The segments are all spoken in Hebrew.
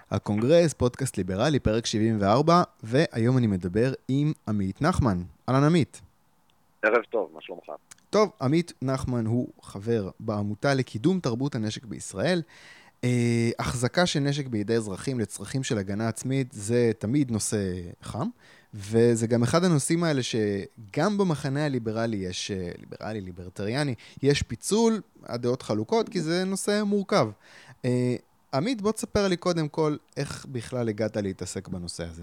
הקונגרס, פודקאסט ליברלי, פרק 74, והיום אני מדבר עם עמית נחמן. אהלן עמית. ערב טוב, מה שלומך? טוב, עמית נחמן הוא חבר בעמותה לקידום תרבות הנשק בישראל. החזקה של נשק בידי אזרחים לצרכים של הגנה עצמית זה תמיד נושא חם, וזה גם אחד הנושאים האלה שגם במחנה הליברלי יש, ליברטריאני, יש פיצול, הדעות חלוקות, כי זה נושא מורכב. עמית, בוא תספר לי קודם כל איך בכלל הגעת להתעסק בנושא הזה.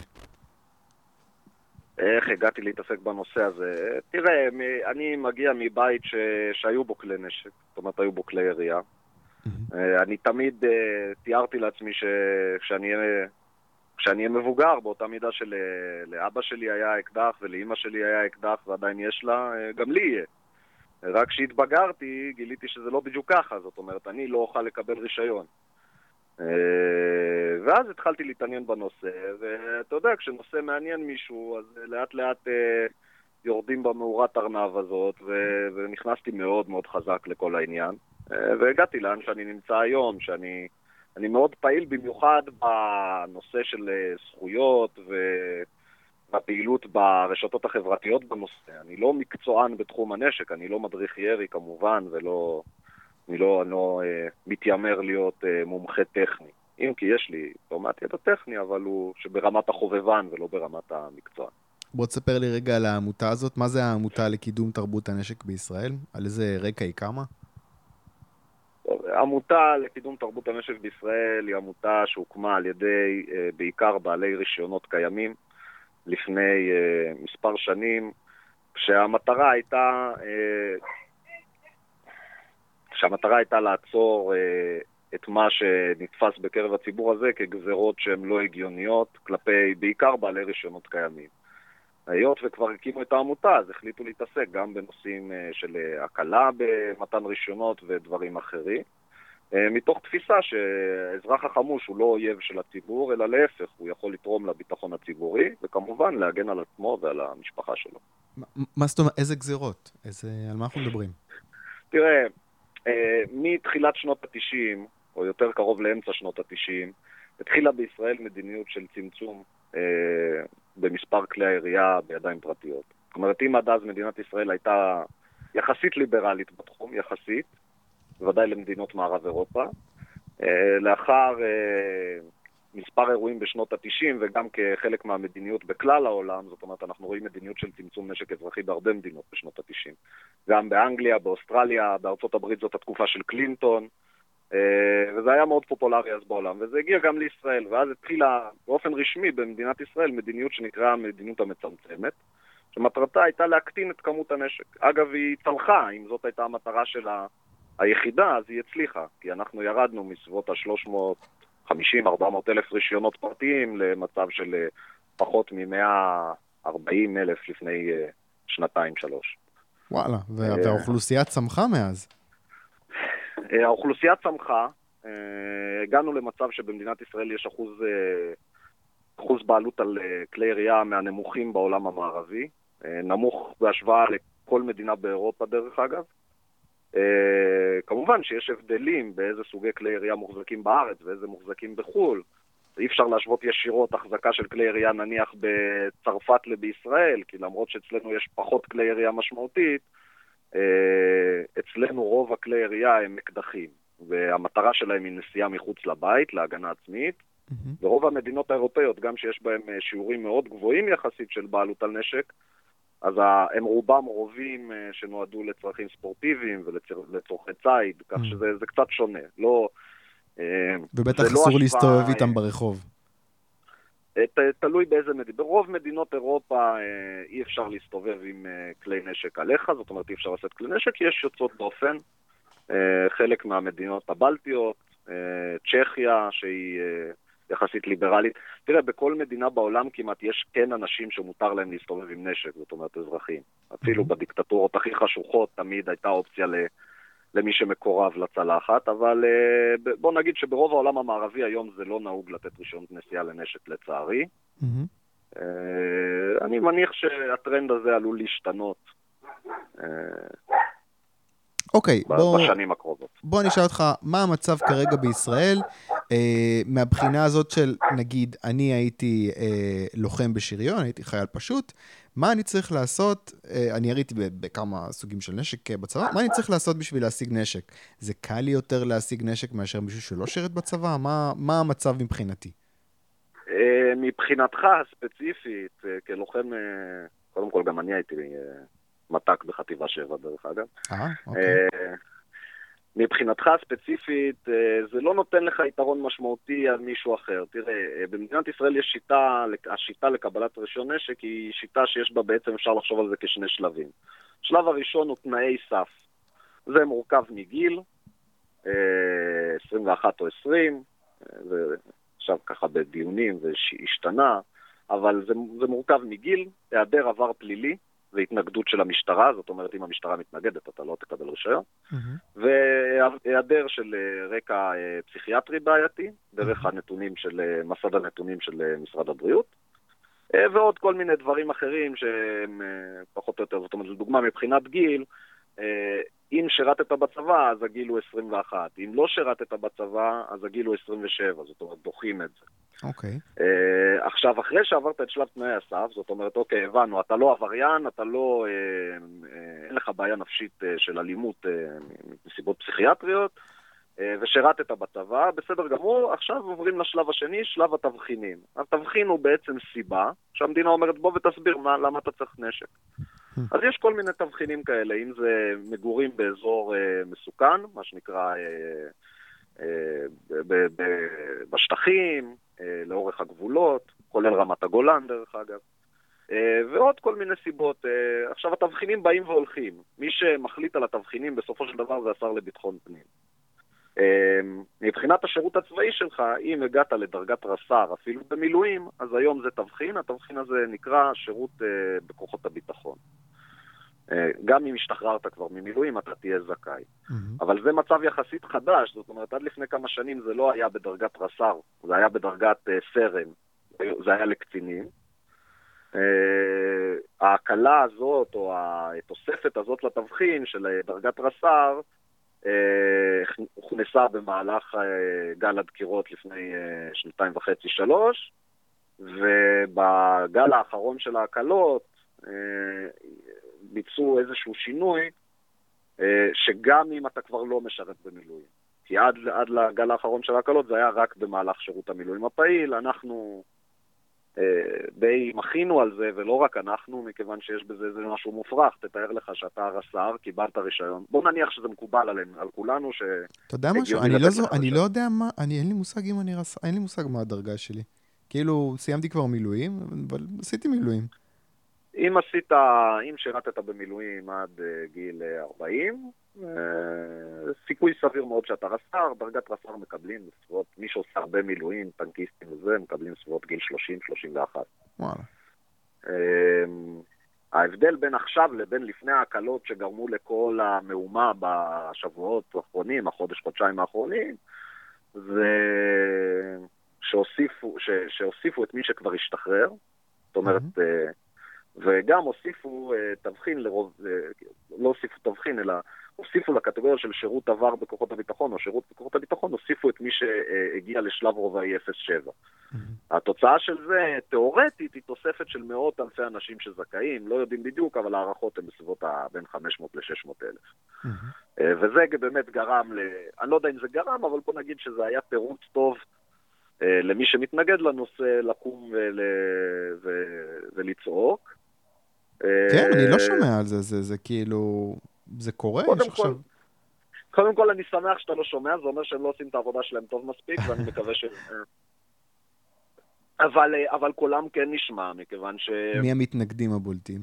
איך הגעתי להתעסק בנושא הזה? תראה, אני מגיע מבית שהיו בו כלי נשק, זאת אומרת היו בו כלי ירייה. אני תמיד תיארתי לעצמי כשאני אהיה מבוגר, באותה מידה שלאבא שלי היה אקדח ולאמא שלי היה אקדח ועדיין יש לה, גם לי יהיה. רק כשהתבגרתי גיליתי שזה לא בדיוק ככה, זאת אומרת אני לא אוכל לקבל רישיון. ואז התחלתי להתעניין בנושא, ואתה יודע, כשנושא מעניין מישהו, אז לאט לאט יורדים במאורת ארנב הזאת, ונכנסתי מאוד מאוד חזק לכל העניין, והגעתי לאן שאני נמצא היום, שאני מאוד פעיל במיוחד בנושא של זכויות והפעילות ברשתות החברתיות בנושא. אני לא מקצוען בתחום הנשק, אני לא מדריך ירי כמובן, אני לא מתיימר להיות מומחה טכני. אם כי יש לי תאומת ידע טכני, אבל הוא שברמת החובבן ולא ברמת המקצוע. בוא תספר לי רגע על העמותה הזאת. מה זה העמותה לקידום תרבות הנשק בישראל? על איזה רקע היא קמה? העמותה לקידום תרבות הנשק בישראל היא עמותה שהוקמה על ידי בעיקר בעלי רישיונות קיימים לפני מספר שנים, כשהמטרה הייתה לעצור את מה שנתפס בקרב הציבור הזה כגזרות שהן לא הגיוניות כלפי בעיקר בעלי רישיונות קיימים. היות וכבר הקימו את העמותה, אז החליטו להתעסק גם בנושאים של הקלה במתן רישיונות ודברים אחרים, מתוך תפיסה שאזרח החמוש הוא לא אויב של הציבור, אלא להפך, הוא יכול לתרום לביטחון הציבורי, וכמובן להגן על עצמו ועל המשפחה שלו. מה זאת אומרת? איזה גזירות? על מה אנחנו מדברים? תראה, מתחילת שנות ה-90, או יותר קרוב לאמצע שנות ה-90, התחילה בישראל מדיניות של צמצום במספר כלי הירייה בידיים פרטיות. זאת אומרת, אם עד אז מדינת ישראל הייתה יחסית ליברלית בתחום, יחסית, בוודאי למדינות מערב אירופה, לאחר מספר אירועים בשנות ה-90 וגם כחלק מהמדיניות בכלל העולם, זאת אומרת אנחנו רואים מדיניות של צמצום נשק אזרחי בהרבה מדינות בשנות ה-90. גם באנגליה, באוסטרליה, בארצות הברית זאת התקופה של קלינטון, וזה היה מאוד פופולרי אז בעולם, וזה הגיע גם לישראל, ואז התחילה באופן רשמי במדינת ישראל מדיניות שנקראה המדיניות המצמצמת, שמטרתה הייתה להקטין את כמות הנשק. אגב, היא צלחה, אם זאת הייתה המטרה של היחידה, אז היא הצליחה, כי אנחנו ירדנו מסביבות ה-350-400 אלף רישיונות פרטיים למצב של פחות מ-140 אלף לפני שנתיים-שלוש. וואלה, והאוכלוסייה צמחה מאז. האוכלוסייה צמחה, הגענו למצב שבמדינת ישראל יש אחוז בעלות על כלי ירייה מהנמוכים בעולם המערבי, נמוך בהשוואה לכל מדינה באירופה דרך אגב. כמובן שיש הבדלים באיזה סוגי כלי ירייה מוחזקים בארץ ואיזה מוחזקים בחול. אי אפשר להשוות ישירות החזקה של כלי ירייה נניח בצרפת לבישראל, כי למרות שאצלנו יש פחות כלי ירייה משמעותית, אצלנו רוב הכלי ירייה הם מקדחים, והמטרה שלהם היא נסיעה מחוץ לבית, להגנה עצמית. ברוב המדינות האירופאיות, גם שיש בהם שיעורים מאוד גבוהים יחסית של בעלות על נשק, אז הם רובם רובים שנועדו לצרכים ספורטיביים ולצורכי ציד, כך שזה קצת שונה. ובטח אסור להסתובב איתם ברחוב. תלוי באיזה מדינה. ברוב מדינות אירופה אי אפשר להסתובב עם כלי נשק עליך, זאת אומרת אי אפשר לשאת כלי נשק, יש יוצאות באופן. חלק מהמדינות הבלטיות, צ'כיה שהיא יחסית ליברלית. תראה, בכל מדינה בעולם כמעט יש כן אנשים שמותר להם להסתובב עם נשק, זאת אומרת אזרחים. אפילו בדיקטטורות הכי חשוכות תמיד הייתה אופציה למי שמקורב לצלחת, אבל בוא נגיד שברוב העולם המערבי היום זה לא נהוג לתת רישיון נסיעה לנשק לצערי. אני מניח שהטרנד הזה עלול להשתנות. אוקיי, בשנים הקרובות. בוא נשאל אותך, מה המצב כרגע בישראל, מהבחינה הזאת של, נגיד, אני הייתי לוחם בשריון, הייתי חייל פשוט, מה אני צריך לעשות, אני הראיתי בכמה סוגים של נשק בצבא, מה אני צריך לעשות בשביל להשיג נשק? זה קל לי יותר להשיג נשק מאשר מישהו שלא שירת בצבא? מה המצב מבחינתי? מבחינתך הספציפית, כלוחם, קודם כל גם אני הייתי מתק בחטיבה 7 דרך אגב. אוקיי. מבחינתך הספציפית, זה לא נותן לך יתרון משמעותי על מישהו אחר. תראה, במדינת ישראל יש השיטה לקבלת רישיון נשק היא שיטה שיש בה בעצם, אפשר לחשוב על זה כשני שלבים. השלב הראשון הוא תנאי סף. זה מורכב מגיל, 21 או 20, זה עכשיו ככה בדיונים והשתנה, אבל זה מורכב מגיל, היעדר עבר פלילי, והתנגדות של המשטרה, זאת אומרת, אם המשטרה מתנגדת, אתה לא תקבל רישיון, והיעדר של רקע פסיכיאטרי בעייתי, דרך הנתונים של מסד הנתונים של משרד הבריאות, ועוד כל מיני דברים אחרים שהם פחות או יותר, זאת אומרת, לדוגמה, מבחינת גיל, אם שירתת בצבא, אז הגיל הוא 21. אם לא שירתת בצבא, אז הגיל הוא 27. זאת אומרת, דוחים את זה. אוקיי. עכשיו, אחרי שעברת את שלב תנאי הסף, זאת אומרת, אוקיי, הבנו, אתה לא עבריין, אתה לא, אין לך בעיה נפשית של אלימות מסיבות פסיכיאטריות, ושירתת בצבא, בסדר גמור, עכשיו עוברים לשלב השני, שלב התבחינים. התבחין הוא בעצם סיבה, שהמדינה אומרת, בוא ותסביר למה אתה צריך נשק. אז יש כל מיני תבחינים כאלה, אם זה מגורים באזור מסוכן, מה שנקרא בשטחים, לאורך הגבולות, כולל רמת הגולן דרך אגב, ועוד כל מיני סיבות. עכשיו התבחינים באים והולכים, מי שמחליט על התבחינים בסופו של דבר זה השר לביטחון פנים. מבחינת השירות הצבאי שלך, אם הגעת לדרגת רס"ר אפילו במילואים, אז היום זה תבחין, התבחין הזה נקרא שירות בכוחות הביטחון. גם אם השתחררת כבר ממילואים, אתה תהיה זכאי. אבל זה מצב יחסית חדש, זאת אומרת, עד לפני כמה שנים זה לא היה בדרגת רס"ר, זה היה בדרגת סרן, זה היה לקצינים. ההקלה הזאת, או התוספת הזאת לתבחין של דרגת רס"ר, הוכנסה במהלך גל הדקירות לפני 2.5-3, ובגל האחרון של ההקלות, ביצעו איזשהו שינוי, שגם אם אתה כבר לא משרת במילואים. כי עד לגל האחרון של ההקלות זה היה רק במהלך שירות המילואים הפעיל, אנחנו די מחינו על זה, ולא רק אנחנו, מכיוון שיש בזה איזה משהו מופרך, תתאר לך שאתה רס"ר, קיבלת רישיון. בוא נניח שזה מקובל עלינו, על כולנו ש... אתה יודע משהו? אני לא יודע מה, אין לי מושג אם אני רס"ר, אין לי מושג מה הדרגה שלי. כאילו, סיימתי כבר מילואים, אבל עשיתי מילואים. אם שירתת במילואים עד גיל 40, סיכוי סביר מאוד שאתה רס"ר, דרגת רס"ר מקבלים בסביבות, מי שעושה הרבה מילואים, טנקיסטים וזה, מקבלים בסביבות גיל 30-31. וואלה. ההבדל בין עכשיו לבין לפני ההקלות שגרמו לכל המהומה בשבועות האחרונים, החודש-חודשיים האחרונים, זה שהוסיפו את מי שכבר השתחרר, זאת אומרת, וגם הוסיפו תבחין לרוב, לא הוסיפו תבחין, אלא הוסיפו לקטגוריה של שירות עבר בכוחות הביטחון, או שירות בכוחות הביטחון, הוסיפו את מי שהגיע לשלב רובעי 07. התוצאה של זה, תיאורטית, היא תוספת של מאות אלפי אנשים שזכאים, לא יודעים בדיוק, אבל הערכות הן בסביבות בין 500 ל-600 אלף. וזה באמת גרם, אני לא יודע אם זה גרם, אבל בוא נגיד שזה היה תירוץ טוב, למי שמתנגד לנושא לקום ולצעוק. כן, אני לא שומע על זה, זה כאילו, זה קורה? קודם כל אני שמח שאתה לא שומע, זה אומר שהם לא עושים את העבודה שלהם טוב מספיק, ואני מקווה ש... אבל קולם כן נשמע, מכיוון ש... מי המתנגדים הבולטים?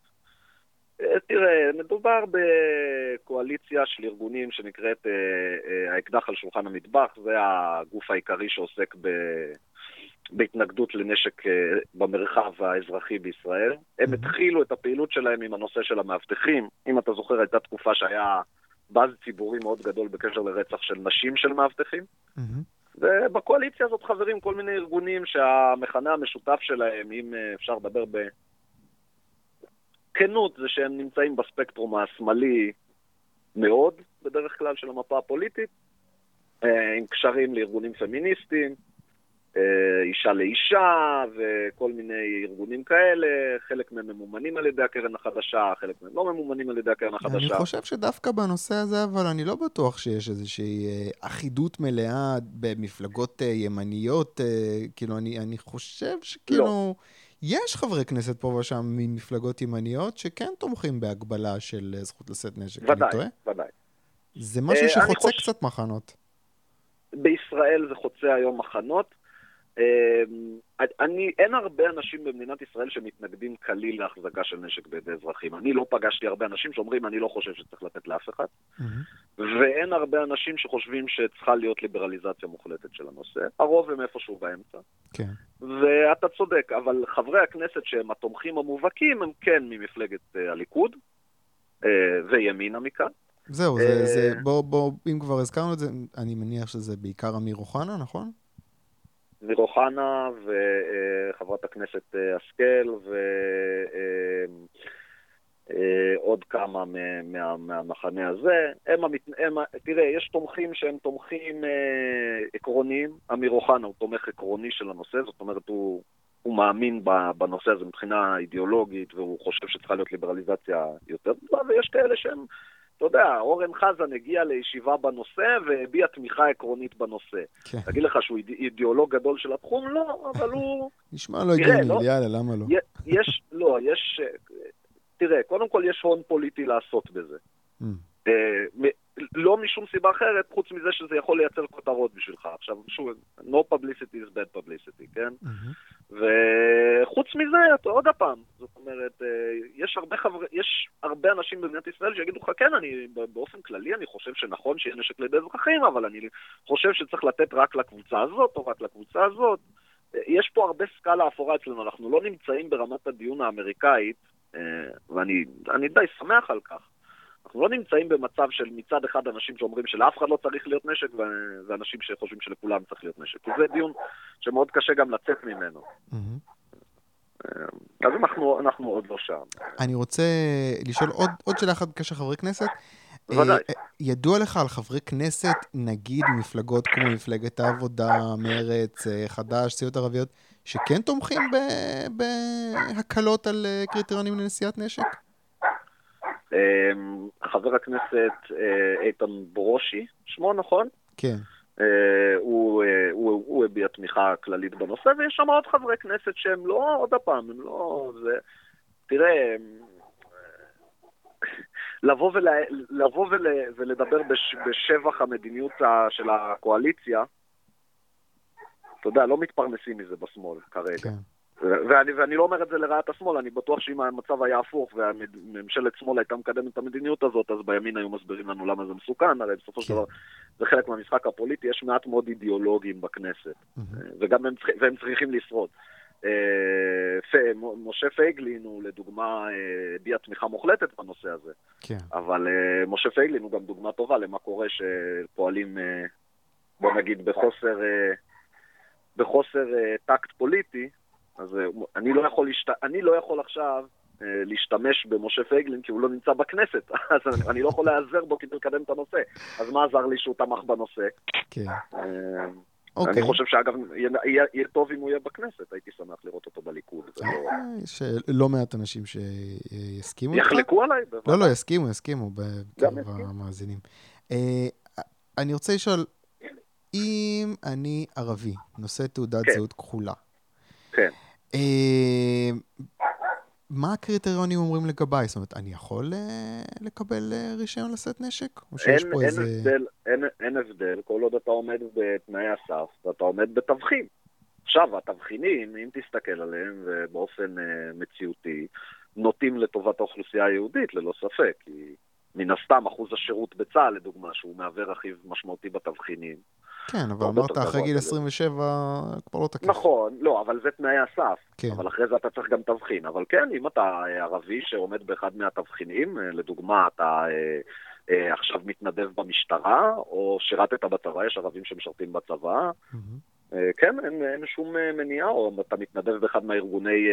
תראה, מדובר בקואליציה של ארגונים שנקראת האקדח על שולחן המטבח, זה הגוף העיקרי שעוסק בהתנגדות לנשק במרחב האזרחי בישראל. הם התחילו את הפעילות שלהם עם הנושא של המאבטחים. אם אתה זוכר, הייתה תקופה שהיה באז ציבורי מאוד גדול בקשר לרצח של נשים של מאבטחים. ובקואליציה הזאת חברים כל מיני ארגונים שהמכנה המשותף שלהם, אם אפשר לדבר בכנות, זה שהם נמצאים בספקטרום השמאלי מאוד, בדרך כלל, של המפה הפוליטית, עם קשרים לארגונים פמיניסטיים, אישה לאישה וכל מיני ארגונים כאלה, חלק מהם ממומנים על ידי הקרן החדשה, חלק מהם לא ממומנים על ידי הקרן החדשה. אני חושב שדווקא בנושא הזה, אבל אני לא בטוח שיש איזושהי אחידות מלאה במפלגות ימניות, כאילו אני חושב שכאילו לא. יש חברי כנסת פה ושם ממפלגות ימניות שכן תומכים בהגבלה של זכות לשאת נשק, אני טועה? ודאי. זה משהו שחוצה קצת מחנות. בישראל זה חוצה היום מחנות. אין הרבה אנשים במדינת ישראל שמתנגדים כליל להחזקה של נשק בידי אזרחים. אני לא פגשתי הרבה אנשים שאומרים, אני לא חושב שצריך לתת לאף אחד. ואין הרבה אנשים שחושבים שצריכה להיות ליברליזציה מוחלטת של הנושא. הרוב הם איפשהו באמצע. כן. ואתה צודק, אבל חברי הכנסת שהם התומכים המובהקים הם כן ממפלגת הליכוד וימינה מכאן. זהו, בוא, אם כבר הזכרנו את זה, אני מניח שזה בעיקר אמיר אוחנה, נכון? אמיר אוחנה וחברת הכנסת השכל ועוד כמה מהמחנה הזה. תראה, יש תומכים שהם תומכים עקרוניים. אמיר אוחנה הוא תומך עקרוני של הנושא, זאת אומרת הוא מאמין בנושא הזה מבחינה אידיאולוגית, והוא חושב שצריכה להיות ליברליזציה יותר גדולה, ויש כאלה שהם, אתה יודע, אורן חזן הגיע לישיבה בנושא והביע תמיכה עקרונית בנושא. כן. תגיד לך שהוא אידיאולוג גדול של התחום? לא, אבל הוא... נשמע לא הגיוני, יאללה, למה לא? תראה, קודם כל יש הון פוליטי לעשות בזה. לא משום סיבה אחרת, חוץ מזה שזה יכול לייצר כותרות בשבילך. עכשיו, שוב, no publicity is bad publicity, כן? וחוץ מזה, עוד הפעם, זאת אומרת, יש הרבה אנשים במדינת ישראל שיגידו לך, כן, באופן כללי אני חושב שנכון שיהיה נשק לידי אזרחים, אבל אני חושב שצריך לתת רק לקבוצה הזאת או רק לקבוצה הזאת. יש פה הרבה סקאלה אפורה אצלנו, אנחנו לא נמצאים ברמת הדיון האמריקאית, ואני די שמח על כך. אנחנו לא נמצאים במצב של מצד אחד אנשים שאומרים שלאף אחד לא צריך להיות נשק, ואנשים שחושבים שלכולם צריך להיות נשק. כי זה דיון שמאוד קשה גם לצאת ממנו. אז אנחנו עוד לא שם. אני רוצה לשאול עוד שאלה אחת בקשר חברי כנסת. ודאי. ידוע לך על חברי כנסת, נגיד מפלגות כמו מפלגת העבודה, מרץ, חד"ש, סיעות ערביות, שכן תומכים בהקלות על קריטריונים לנשיאת נשק? חבר הכנסת איתן ברושי, שמו נכון? כן. הוא הביע תמיכה כללית בנושא, ויש שם עוד חברי כנסת שהם לא, עוד הפעם, הם לא, תראה, לבוא ולדבר בשבח המדיניות של הקואליציה, אתה יודע, לא מתפרנסים מזה בשמאל כרגע. כן. ואני לא אומר את זה לרעת השמאל, אני בטוח שאם המצב היה הפוך והממשלת שמאל הייתה מקדמת את המדיניות הזאת, אז בימין היו מסבירים לנו למה זה מסוכן, הרי בסופו של דבר זה חלק מהמשחק הפוליטי, יש מעט מאוד אידיאולוגים בכנסת, והם צריכים לשרוד. משה פייגלין הוא לדוגמה הביע תמיכה מוחלטת בנושא הזה, אבל משה פייגלין הוא גם דוגמה טובה למה קורה שפועלים, בוא נגיד, בחוסר טקט פוליטי. אז אני לא יכול עכשיו להשתמש במשה פייגלין כי הוא לא נמצא בכנסת, אז אני לא יכול להיעזר בו כדי לקדם את הנושא. אז מה עזר לי שהוא תמך בנושא? כן. אני חושב שאגב יהיה טוב אם הוא יהיה בכנסת, הייתי שמח לראות אותו בליכוד. יש לא מעט אנשים שיסכימו. יחלקו עליי? לא, יסכימו בקרב המאזינים. אני רוצה לשאול, אם אני ערבי, נושא תעודת זהות כחולה, כן. מה הקריטריונים אומרים לגביי? זאת אומרת, אני יכול לקבל רישיון לשאת נשק? או שיש פה איזה... אין הבדל, כל עוד אתה עומד בתנאי הסף, ואתה עומד בתבחין. עכשיו, התבחינים, אם תסתכל עליהם, ובאופן מציאותי, נוטים לטובת האוכלוסייה היהודית, ללא ספק, כי מן הסתם אחוז השירות בצה"ל, לדוגמה, שהוא מהווה רכיב משמעותי בתבחינים. כן, אבל אמרת אחרי גיל 27 כבר לא תקף. נכון, לא, אבל זה תנאי הסף. כן. אבל אחרי זה אתה צריך גם תבחין. אבל כן, אם אתה ערבי שעומד באחד מהתבחינים, לדוגמה, אתה עכשיו מתנדב במשטרה, או שירתת בצבא, יש ערבים שמשרתים בצבא, כן, אין שום מניעה, או אתה מתנדב באחד מהארגוני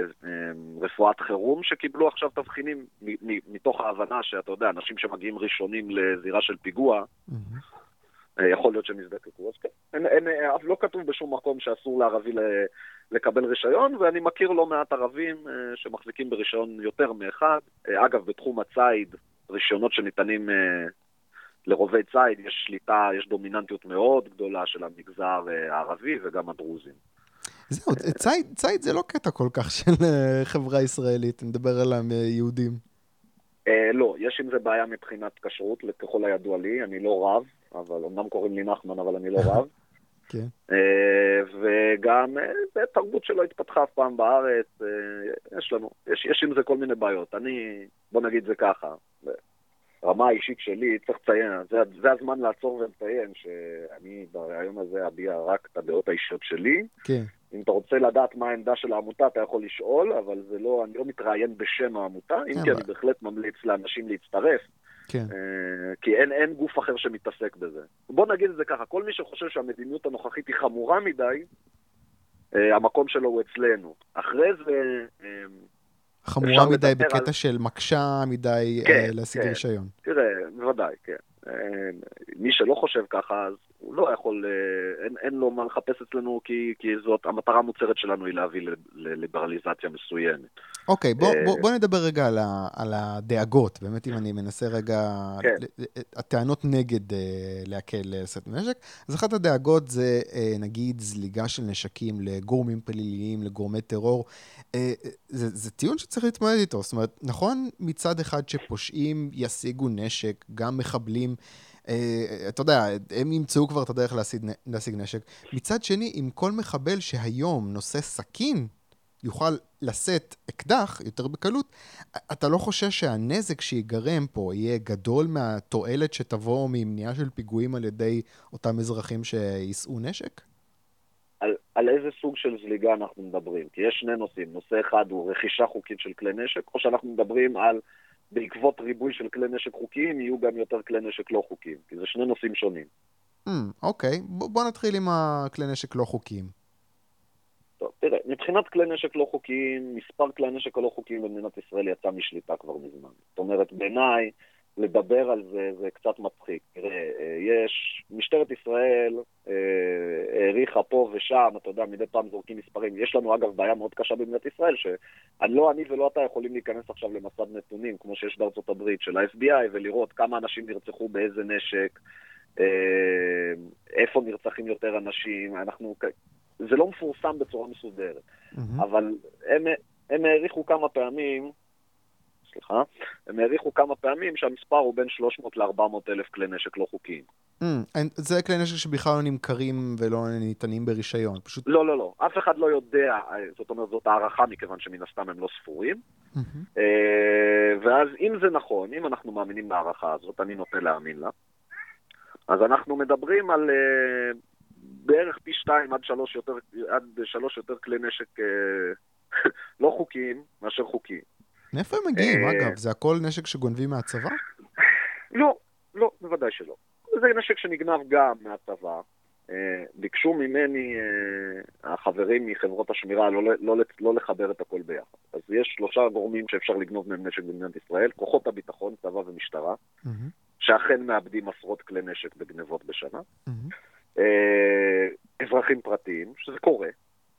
רפואת חירום שקיבלו עכשיו תבחינים מתוך ההבנה שאתה יודע, אנשים שמגיעים ראשונים לזירה של פיגוע, יכול להיות שהם יזדקקו. אז כן, לא כתוב בשום מקום שאסור לערבי לקבל רישיון, ואני מכיר לא מעט ערבים שמחזיקים ברישיון יותר מאחד. אגב, בתחום הציד, רישיונות שניתנים לרובי ציד, יש שליטה, יש דומיננטיות מאוד גדולה של המגזר הערבי וגם הדרוזים. זהו, ציד זה לא קטע כל כך של חברה ישראלית, נדבר על יהודים. לא, יש עם זה בעיה מבחינת כשרות, ככל הידוע לי, אני לא רב, אבל אומנם קוראים לי נחמן, אבל אני לא רב. כן. וגם זה תרבות שלא התפתחה אף פעם בארץ, יש עם זה כל מיני בעיות. בוא נגיד זה ככה, רמה האישית שלי, צריך לציין, זה הזמן לעצור ולציין שאני ברעיון הזה אביע רק את הדעות האישיות שלי. כן. אם אתה רוצה לדעת מה העמדה של העמותה, אתה יכול לשאול, אבל אני לא מתראיין בשם העמותה, אם כי אני בהחלט ממליץ לאנשים להצטרף, כן. כי אין גוף אחר שמתעסק בזה. בוא נגיד את זה ככה, כל מי שחושב שהמדיניות הנוכחית היא חמורה מדי, המקום שלו הוא אצלנו. אחרי זה חמורה מדי בקטע של מקשה מדי להשיג רישיון. תראה, בוודאי, כן. מי שלא חושב ככה, אז הוא לא יכול, אין לו מה לחפש אצלנו, כי זאת, המטרה המוצהרת שלנו היא להביא לליברליזציה מסוימת. אוקיי, בוא נדבר רגע על הדאגות, באמת אם אני מנסה רגע, הטענות נגד להקל לשאת נשק, אז אחת הדאגות זה נגיד זליגה של נשקים לגורמים פליליים, לגורמי טרור, זה טיעון שצריך להתמודד איתו, זאת אומרת, נכון מצד אחד שפושעים ישיגו נשק, גם מחבלים, אתה יודע, הם ימצאו כבר את הדרך להשיג נשק. מצד שני, אם כל מחבל שהיום נושא סכין, יוכל לשאת אקדח יותר בקלות, אתה לא חושש שהנזק שיגרם פה יהיה גדול מהתועלת שתבוא ממניעה של פיגועים על ידי אותם אזרחים שישאו נשק? על איזה סוג של זליגה אנחנו מדברים? כי יש שני נושאים. נושא אחד הוא רכישה חוקית של כלי נשק, או שאנחנו מדברים על בעקבות ריבוי של כלי נשק חוקיים, יהיו גם יותר כלי נשק לא חוקיים. כי זה שני נושאים שונים. אוקיי, בוא נתחיל עם הכלי נשק לא חוקיים. טוב, תראה, מבחינת כלי נשק לא חוקיים, מספר כלי נשק הלא חוקיים במדינת ישראל יצא משליטה כבר מזמן. זאת אומרת, בעיניי, לדבר על זה, זה קצת מצחיק. תראה, משטרת ישראל העריכה פה ושם, אתה יודע, מדי פעם זורקים מספרים. יש לנו אגב בעיה מאוד קשה במדינת ישראל, שלא אני ולא אתה יכולים להיכנס עכשיו למסד נתונים, כמו שיש בארצות הברית, של ה-FBI, ולראות כמה אנשים נרצחו באיזה נשק, איפה נרצחים יותר אנשים, זה לא מפורסם בצורה מסודרת. אבל הם העריכו כמה פעמים, הם העריכו כמה פעמים שהמספר הוא בין 300 ל-400 אלף כלי נשק לא חוקיים. זה כלי נשק שבכלל לא נמכרים ולא ניתנים ברישיון, פשוט... לא, אף אחד לא יודע, זאת אומרת, זאת הערכה מכיוון שמן הסתם הם לא ספורים. ואז אם זה נכון, אם אנחנו מאמינים בהערכה הזאת, אני נוטה להאמין לה, אז אנחנו מדברים על בערך פי 2 עד 3 יותר כלי נשק לא חוקיים מאשר חוקיים. מאיפה הם מגיעים, אגב? זה הכל נשק שגונבים מהצבא? לא, בוודאי שלא. זה נשק שנגנב גם מהצבא. ביקשו ממני החברים מחברות השמירה לא לחבר את הכל ביחד. אז יש 3 גורמים שאפשר לגנוב מהם נשק במדינת ישראל, כוחות הביטחון, צבא ומשטרה, שאכן מאבדים עשרות כלי נשק בגנבות בשנה. אזרחים פרטיים, שזה קורה.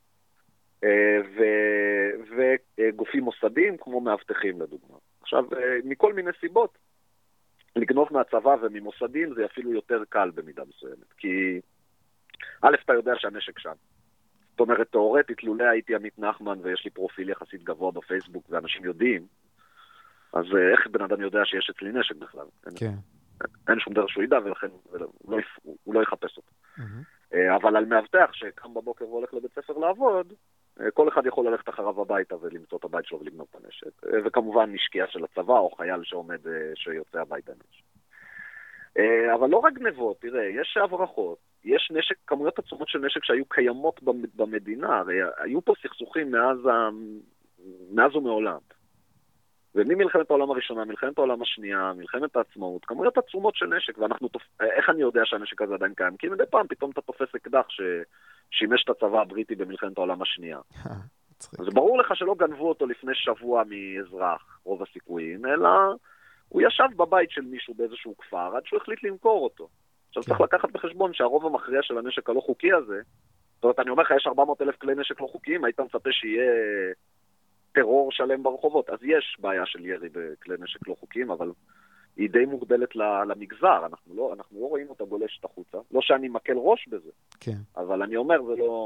וגופים מוסדיים כמו מאבטחים לדוגמה. עכשיו, מכל מיני סיבות, לגנוב מהצבא וממוסדים זה אפילו יותר קל במידה מסוימת, כי א', אתה יודע שהנשק שם. זאת אומרת, תיאורטית, לולא הייתי עמית נחמן ויש לי פרופיל יחסית גבוה בפייסבוק ואנשים יודעים, אז איך בן אדם יודע שיש אצלי נשק בכלל? כן. אין שום דרך שהוא ידע ולכן הוא לא יחפש אותו. אבל על מאבטח שקם בבוקר והולך לבית ספר לעבוד, כל אחד יכול ללכת אחריו הביתה ולמצוא את הבית שלו ולגנוב את הנשק. וכמובן נשקיע של הצבא או חייל שיוצא הביתה נשק. אבל לא רק גנבות, תראה, יש הברחות, יש נשק, כמויות עצומות של נשק שהיו קיימות במדינה, הרי היו פה סכסוכים מאז ומעולם. וממלחמת העולם הראשונה, מלחמת העולם השנייה, מלחמת העצמאות, כמויות עצומות של נשק, איך אני יודע שהנשק הזה עדיין קיים? כי מדי פעם פתאום אתה תופס אקדח ששימש את הצבא הבריטי במלחמת העולם השנייה. אז ברור לך שלא גנבו אותו לפני שבוע מאזרח, רוב הסיכויים, אלא הוא ישב בבית של מישהו באיזשהו כפר, עד שהוא החליט למכור אותו. עכשיו צריך לקחת בחשבון שהרוב המכריע של הנשק הלא חוקי הזה, זאת אומרת, אני אומר לך, יש 400,000 כלי נשק לא חוקיים, היית מצפה שיהיה טרור שלם ברחובות. אז יש בעיה של ירי בכלי נשק לא חוקיים, אבל היא די מוגבלת למגזר. אנחנו לא רואים אותה גולשת החוצה. לא שאני מקל ראש בזה. כן. אבל אני אומר,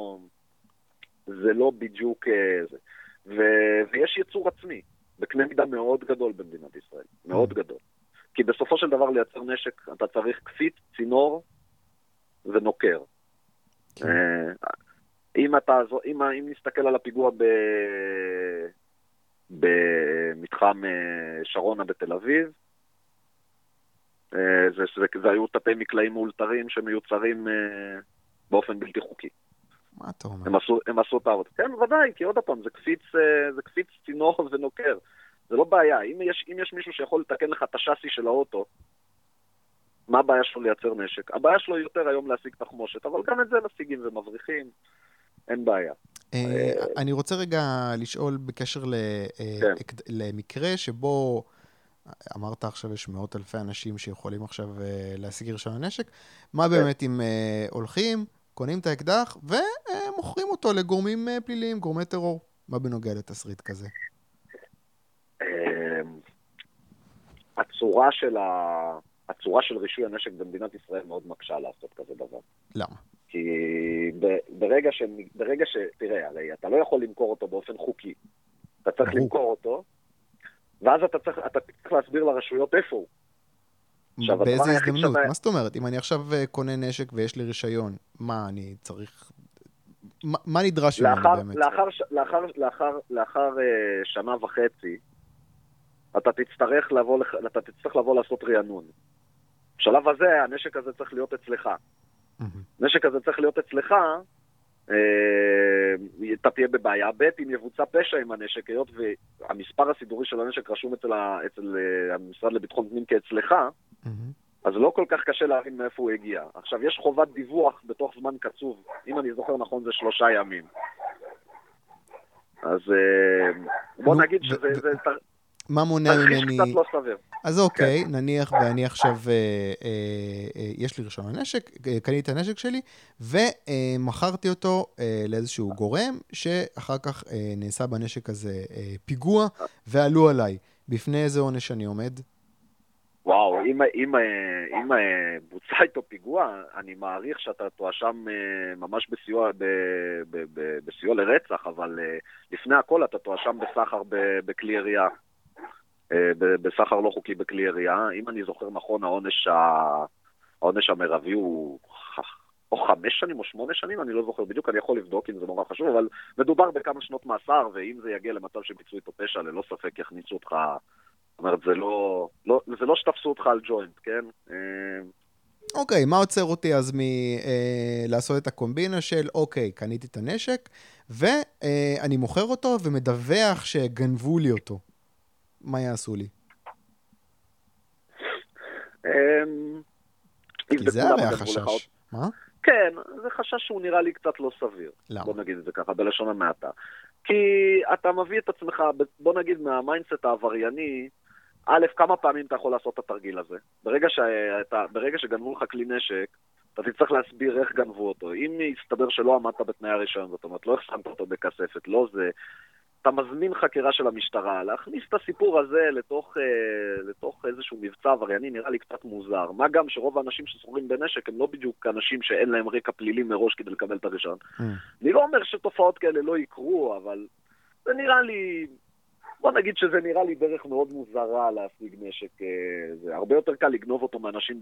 זה לא בדיוק זה. ויש ייצור עצמי, בקנה מידה מאוד גדול במדינת ישראל. מאוד גדול. כי בסופו של דבר לייצר נשק, אתה צריך קפיץ, צינור ונוקר. אם נסתכל על הפיגוע במתחם שרונה בתל אביב, זה היו תתי מקלעים מאולתרים שמיוצרים באופן בלתי חוקי. מה אתה אומר? הם עשו את העבוד. כן, ודאי, כי עוד פעם, זה קפיץ צינור ונוקר. זה לא בעיה. אם יש מישהו שיכול לתקן לך את השאסי של האוטו, מה הבעיה שלו לייצר נשק? הבעיה שלו יותר היום להשיג תחמושת, אבל גם את זה משיגים ומבריחים, אין בעיה. אני רוצה רגע לשאול בקשר למקרה שבו, אמרת עכשיו יש מאות אלפי אנשים שיכולים עכשיו להשיג רישיון נשק, מה באמת אם הולכים, קונים את האקדח ומוכרים אותו לגורמים פליליים, גורמי טרור? מה בנוגע לתסריט כזה? הצורה של רישוי הנשק במדינת ישראל מאוד מקשה לעשות כזה דבר. למה? כי ברגע תראה, הרי אתה לא יכול למכור אותו באופן חוקי. אתה צריך למכור אותו, ואז אתה צריך להסביר לרשויות איפה הוא. באיזה הזדמנות? מה זאת אומרת? אם אני עכשיו קונה נשק ויש לי רישיון, מה אני צריך... מה נדרש ממנו באמת? לאחר שנה וחצי, אתה תצטרך לבוא לעשות רענון. בשלב הזה, הנשק הזה צריך להיות אצלך. נשק הזה צריך להיות אצלך, אתה תהיה בבעיה. ב' אם יבוצע פשע עם הנשק, היות והמספר הסידורי של הנשק רשום אצל המשרד לביטחון פנים כאצלך, אז לא כל כך קשה להבין מאיפה הוא הגיע. עכשיו, יש חובת דיווח בתוך זמן קצוב. אם אני זוכר נכון, זה 3 ימים. אז בוא נגיד שזה... מה מונע ממני... קצת לא סביר. אז אוקיי, נניח ואני עכשיו, יש לי רישיון הנשק, קניתי את הנשק שלי, ומכרתי אותו לאיזשהו גורם, שאחר כך נעשה בנשק הזה פיגוע, ועלו עליי. בפני איזה עונש אני עומד? וואו, אם בוצע איתו פיגוע, אני מעריך שאתה תואשם ממש בסיוע לרצח, אבל לפני הכל אתה תואשם בסחר בכלי ירייה. בסחר לא חוקי בכלי ירייה. אם אני זוכר נכון, העונש המרבי הוא או 5 שנים או 8 שנים, אני לא זוכר בדיוק, אני יכול לבדוק אם זה נורא חשוב, אבל מדובר בכמה שנות מאסר, ואם זה יגיע למצב שביצעו איתו פשע, ללא ספק יכניסו אותך, זאת אומרת, זה לא שתפסו אותך על ג'וינט, כן? אוקיי, מה עוצר אותי אז לעשות את הקומבינה של, אוקיי, קניתי את הנשק, ואני מוכר אותו ומדווח שגנבו לי אותו. מה יעשו לי? כי זה הרי החשש. מה? כן, זה חשש שהוא נראה לי קצת לא סביר. למה? בוא נגיד את זה ככה, בלשון המעטה. כי אתה מביא את עצמך, בוא נגיד מהמיינדסט העברייני, א', כמה פעמים אתה יכול לעשות את התרגיל הזה? ברגע שגנבו לך כלי נשק, אתה תצטרך להסביר איך גנבו אותו. אם יסתבר שלא עמדת בתנאי הרישיון, זאת אומרת, לא החסמת אותו בכספת, לא זה... אתה מזמין חקירה של המשטרה, להכניס את הסיפור הזה לתוך איזשהו מבצע עברייני נראה לי קצת מוזר. מה גם שרוב האנשים שסוחרים בנשק הם לא בדיוק אנשים שאין להם רקע פלילי מראש כדי לקבל את הרישיון. אני לא אומר שתופעות כאלה לא יקרו, אבל זה נראה לי, בוא נגיד שזה נראה לי דרך מאוד מוזרה להשיג נשק. זה הרבה יותר קל לגנוב אותו מאנשים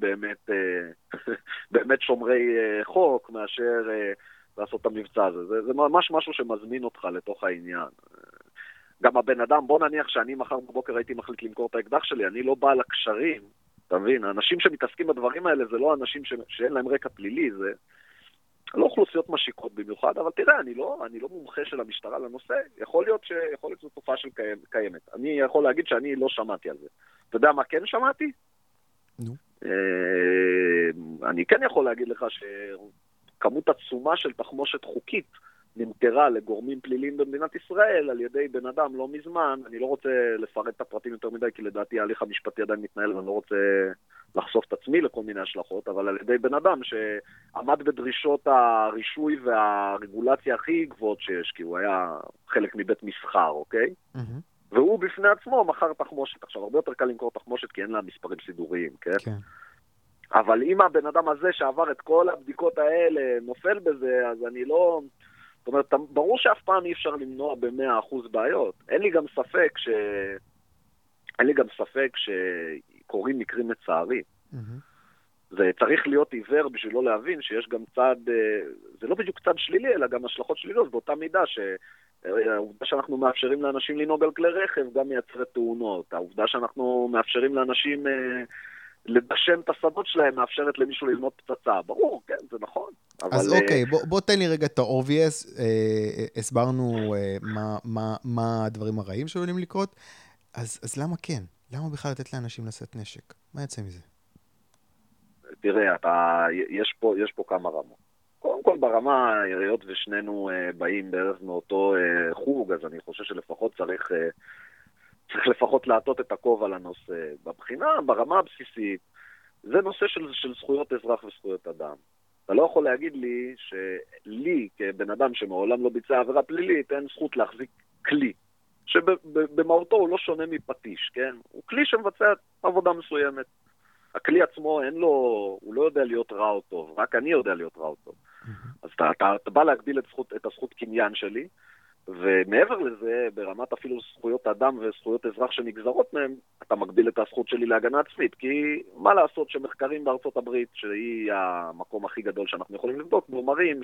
באמת שומרי חוק מאשר... לעשות את המבצע הזה. זה ממש משהו שמזמין אותך לתוך העניין. גם הבן אדם, בוא נניח שאני מחר בבוקר הייתי מחליט למכור את האקדח שלי, אני לא בעל הקשרים, אתה מבין? האנשים שמתעסקים בדברים האלה זה לא אנשים שאין להם רקע פלילי, לא אוכלוסיות משיקות במיוחד, אבל תראה, אני לא מומחה של המשטרה לנושא, יכול להיות שזו תופעה של קיימת. אני יכול להגיד שאני לא שמעתי על זה. אתה יודע מה כן שמעתי? נו. אני כן יכול להגיד לך שכמות עצומה של תחמושת חוקית נמכרה לגורמים פליליים במדינת ישראל על ידי בן אדם לא מזמן. אני לא רוצה לפרט את הפרטים יותר מדי, כי לדעתי ההליך המשפטי עדיין מתנהל, ואני לא רוצה לחשוף את עצמי לכל מיני השלכות, אבל על ידי בן אדם שעמד בדרישות הרישוי והרגולציה הכי גבוהות שיש, כי הוא היה חלק מבית מסחר, אוקיי? והוא בפני עצמו מכר תחמושת. עכשיו, הרבה יותר קל למכור תחמושת, כי אין לה מספרים סידוריים, כן? כן. אבל אם הבן אדם הזה שעבר את כל הבדיקות האלה נופל בזה, אז אני לא... זאת אומרת, ברור שאף פעם אי אפשר למנוע ב100% בעיות. אין לי גם ספק שקורים מקרים מצערים. זה צריך להיות עיוור בשביל לא להבין שיש גם צד, זה לא בדיוק צד שלילי, אלא גם השלכות שליליות, באותה מידה העובדה שאנחנו מאפשרים לאנשים לנהוג על כלי רכב גם מייצרת תאונות. העובדה שאנחנו מאפשרים לאנשים לדשן את השדות שלהם מאפשרת למישהו ללמוד פצצה. ברור, כן, זה נכון. אז אוקיי, בוא תן לי רגע את ה-obvious, הסברנו מה הדברים הרעים שעולים לקרות, אז למה כן? למה בכלל לתת לאנשים לשאת נשק? מה יצא מזה? תראה, יש פה כמה רמות. קודם כל ברמה, היות ושנינו באים בערך מאותו חוג, אז אני חושב שלפחות צריך לפחות לעטות את הכובע לנושא. בבחינה, ברמה הבסיסית, זה נושא של זכויות אזרח וזכויות אדם. אתה לא יכול להגיד לי שלי, כבן אדם שמעולם לא ביצע עבירה פלילית, אין זכות להחזיק כלי, שבמהותו הוא לא שונה מפטיש, כן? הוא כלי שמבצע עבודה מסוימת. הכלי עצמו הוא לא יודע להיות רע או טוב, רק אני יודע להיות רע או טוב. אז אתה בא להגביל את הזכות קניין שלי, ומעבר לזה, ברמת אפילו זכויות אדם וזכויות אזרח שנגזרות מהם, אתה מגביל את הזכות שלי להגנה עצמית, כי מה לעשות שמחקרים בארצות הברית, שהיא המקום הכי גדול שאנחנו יכולים לבדוק, מראים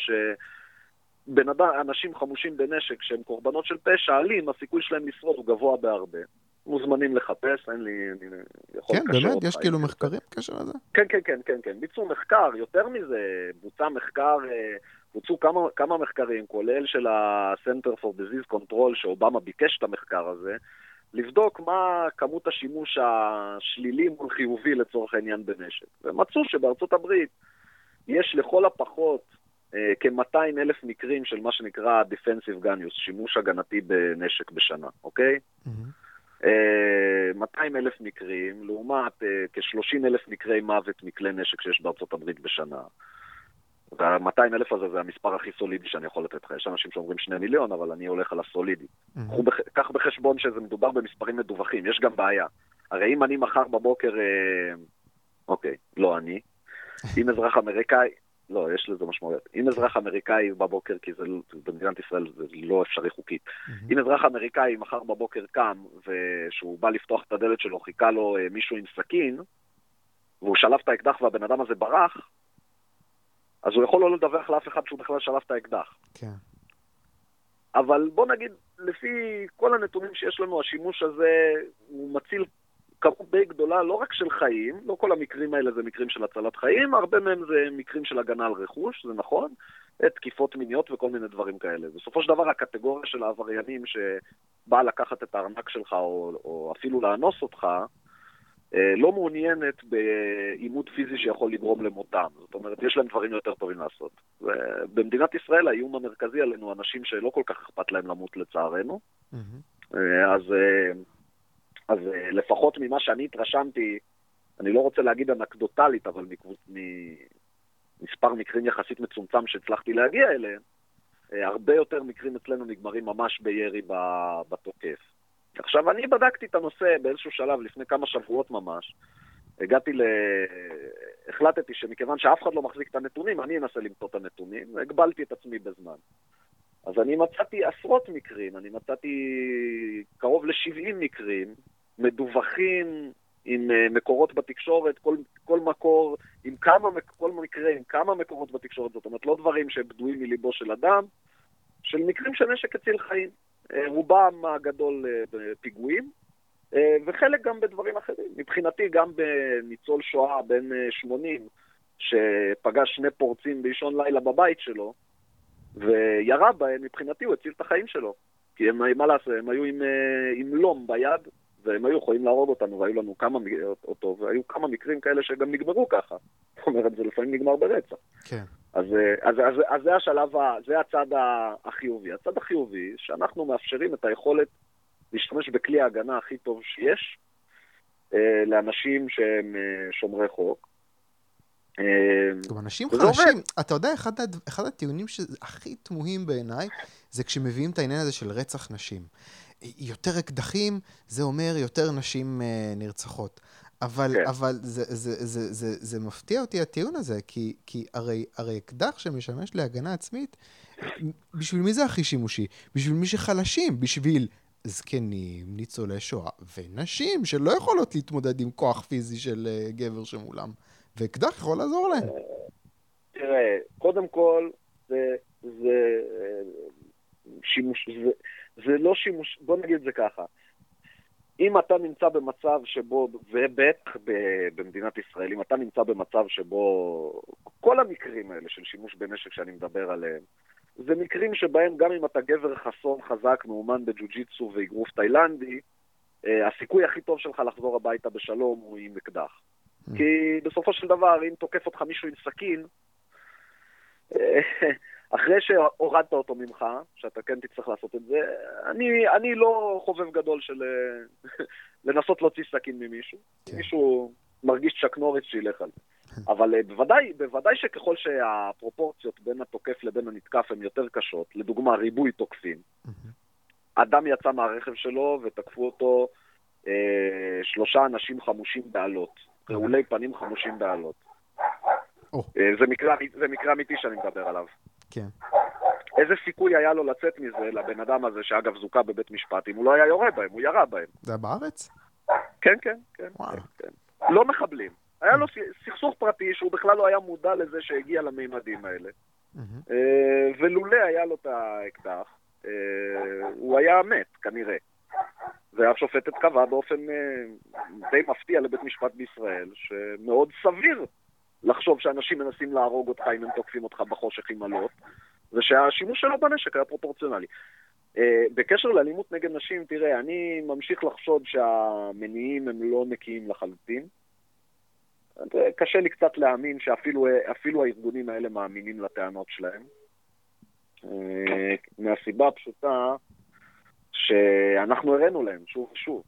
אנשים חמושים בנשק שהם קורבנות של פשע אלים, הסיכוי שלהם לשרוד הוא גבוה בהרבה. מוזמנים לחפש, אין לי יכול כן, באמת, יש כאילו מחקרים קשר לזה? כן. ביצעו מחקר, יותר מזה, בוצעו כמה מחקרים, כולל של ה-Center for Disease Control, שאובמה ביקש את המחקר הזה, לבדוק מה כמות השימוש השלילי מול חיובי לצורך העניין בנשק. ומצאו שבארצות הברית יש לכל הפחות כ-200,000 מקרים של מה שנקרא Defensive Gun Use, שימוש הגנתי בנשק בשנה, אוקיי? 200,000 מקרים, לעומת כ-30,000 מקרי מוות מכלי נשק שיש בארצות הברית בשנה. וה-200,000 הזה זה המספר הכי סולידי שאני יכול לתת לך. יש אנשים שאומרים 2 מיליון, אבל אני הולך על הסולידי. קח בחשבון שזה מדובר במספרים מדווחים, יש גם בעיה. הרי אם אני מחר בבוקר, לא אני, אם אזרח אמריקאי, לא, יש לזה משמעויות. אם אזרח אמריקאי בבוקר, כי במדינת ישראל זה לא אפשרי חוקית, אם אזרח אמריקאי מחר בבוקר קם, ושהוא בא לפתוח את הדלת שלו, חיכה לו מישהו עם סכין, והוא שלף את האקדח והבן אדם הזה ברח, אז הוא יכול לא לדווח לאף אחד שהוא בכלל שלף את האקדח. כן. אבל בוא נגיד, לפי כל הנתונים שיש לנו, השימוש הזה הוא מציל כמות די גדולה, לא רק של חיים, לא כל המקרים האלה זה מקרים של הצלת חיים, הרבה מהם זה מקרים של הגנה על רכוש, זה נכון, תקיפות מיניות וכל מיני דברים כאלה. בסופו של דבר, הקטגוריה של העבריינים שבאה לקחת את הארנק שלך, או אפילו לאנוס אותך, לא מעוניינת באימות פיזי שיכול לגרום למותם. זאת אומרת, יש להם דברים יותר טובים לעשות. במדינת ישראל, האיום המרכזי עלינו, אנשים שלא כל כך אכפת להם למות לצערנו. אז לפחות ממה שאני התרשמתי, אני לא רוצה להגיד אנקדוטלית, אבל ממספר מקרים יחסית מצומצם שהצלחתי להגיע אליהם, הרבה יותר מקרים אצלנו נגמרים ממש בירי בתוקף. עכשיו, אני בדקתי את הנושא באיזשהו שלב, לפני כמה שבועות ממש, החלטתי שמכיוון שאף אחד לא מחזיק את הנתונים, אני אנסה למצוא את הנתונים, והגבלתי את עצמי בזמן. אז אני מצאתי עשרות מקרים, אני מצאתי קרוב ל-70 מקרים, מדווחים עם מקורות בתקשורת, כל מקור, כל מקרה עם כמה מקורות בתקשורת, זאת אומרת, לא דברים שבדויים מליבו של אדם, של מקרים של נשק הציל חיים. רובם הגדול בפיגועים, וחלק גם בדברים אחרים. מבחינתי, גם בניצול שואה בין 80, שפגש שני פורצים באישון לילה בבית שלו, וירה בהם, מבחינתי הוא הציל את החיים שלו. כי הם, מה לעשות, הם היו עם לום ביד, והם היו יכולים להרוג אותנו, והיו לנו והיו כמה מקרים כאלה שגם נגמרו ככה. זאת אומרת, זה לפעמים נגמר ברצח. כן. אז זה השלב, זה הצד החיובי. הצד החיובי, שאנחנו מאפשרים את היכולת להשתמש בכלי ההגנה הכי טוב שיש, לאנשים שהם שומרי חוק. גם אנשים חלשים, אתה יודע, אחד הטיעונים שהכי תמוהים בעיניי, זה כשמביאים את העניין הזה של רצח נשים. יותר אקדחים, זה אומר יותר נשים נרצחות. אבל זה מפתיע אותי הטיעון הזה, כי הרי אקדח שמשמש להגנה עצמית, בשביל מי זה הכי שימושי? בשביל מי שחלשים, בשביל זקנים, ניצולי שואה, ונשים שלא יכולות להתמודד עם כוח פיזי של גבר שמולם. ואקדח יכול לעזור להם. תראה, קודם כל, זה לא שימוש, בוא נגיד זה ככה. אם אתה נמצא במצב שבו, ובטח במדינת ישראל, אם אתה נמצא במצב שבו כל המקרים האלה של שימוש בנשק שאני מדבר עליהם, זה מקרים שבהם גם אם אתה גבר חסון, חזק, מאומן בג'ו-ג'יטסו ואגרוף תאילנדי, הסיכוי הכי טוב שלך לחזור הביתה בשלום הוא עם אקדח. כי בסופו של דבר, אם תוקף אותך מישהו עם סכין, אחרי שהורדת אותו ממך, שאתה כן תצטרך לעשות את זה, אני לא חובב גדול של לנסות להוציא סכין ממישהו. מישהו מרגיש צ'קנוריס שילך על זה. אבל בוודאי שככל שהפרופורציות בין התוקף לבין הנתקף הן יותר קשות, לדוגמה ריבוי תוקפים, אדם יצא מהרכב שלו ותקפו אותו 3 אנשים חמושים בעלות, רעולי פנים חמושים בעלות. זה מקרה אמיתי שאני מדבר עליו. כן. איזה סיכוי היה לו לצאת מזה לבן אדם הזה, שאגב זוכה בבית משפט, אם הוא לא היה יורה בהם, הוא ירה בהם. זה היה בארץ? כן. לא מחבלים. היה לו סכסוך פרטי שהוא בכלל לא היה מודע לזה שהגיע לממדים האלה. ולולא היה לו את האקדח, הוא היה מת, כנראה. והשופטת קבעה באופן די מפתיע לבית משפט בישראל, שמאוד סביר לחשוב שאנשים מנסים להרוג אותך אם הם תוקפים אותך בחושך עם עלות, ושהשימוש שלו בנשק היה פרופורציונלי. בקשר לאלימות נגד נשים, תראה, אני ממשיך לחשוד שהמניעים הם לא נקיים לחלוטין. קשה לי קצת להאמין שאפילו הארגונים האלה מאמינים לטענות שלהם. מהסיבה הפשוטה שאנחנו הראינו להם שוב ושוב.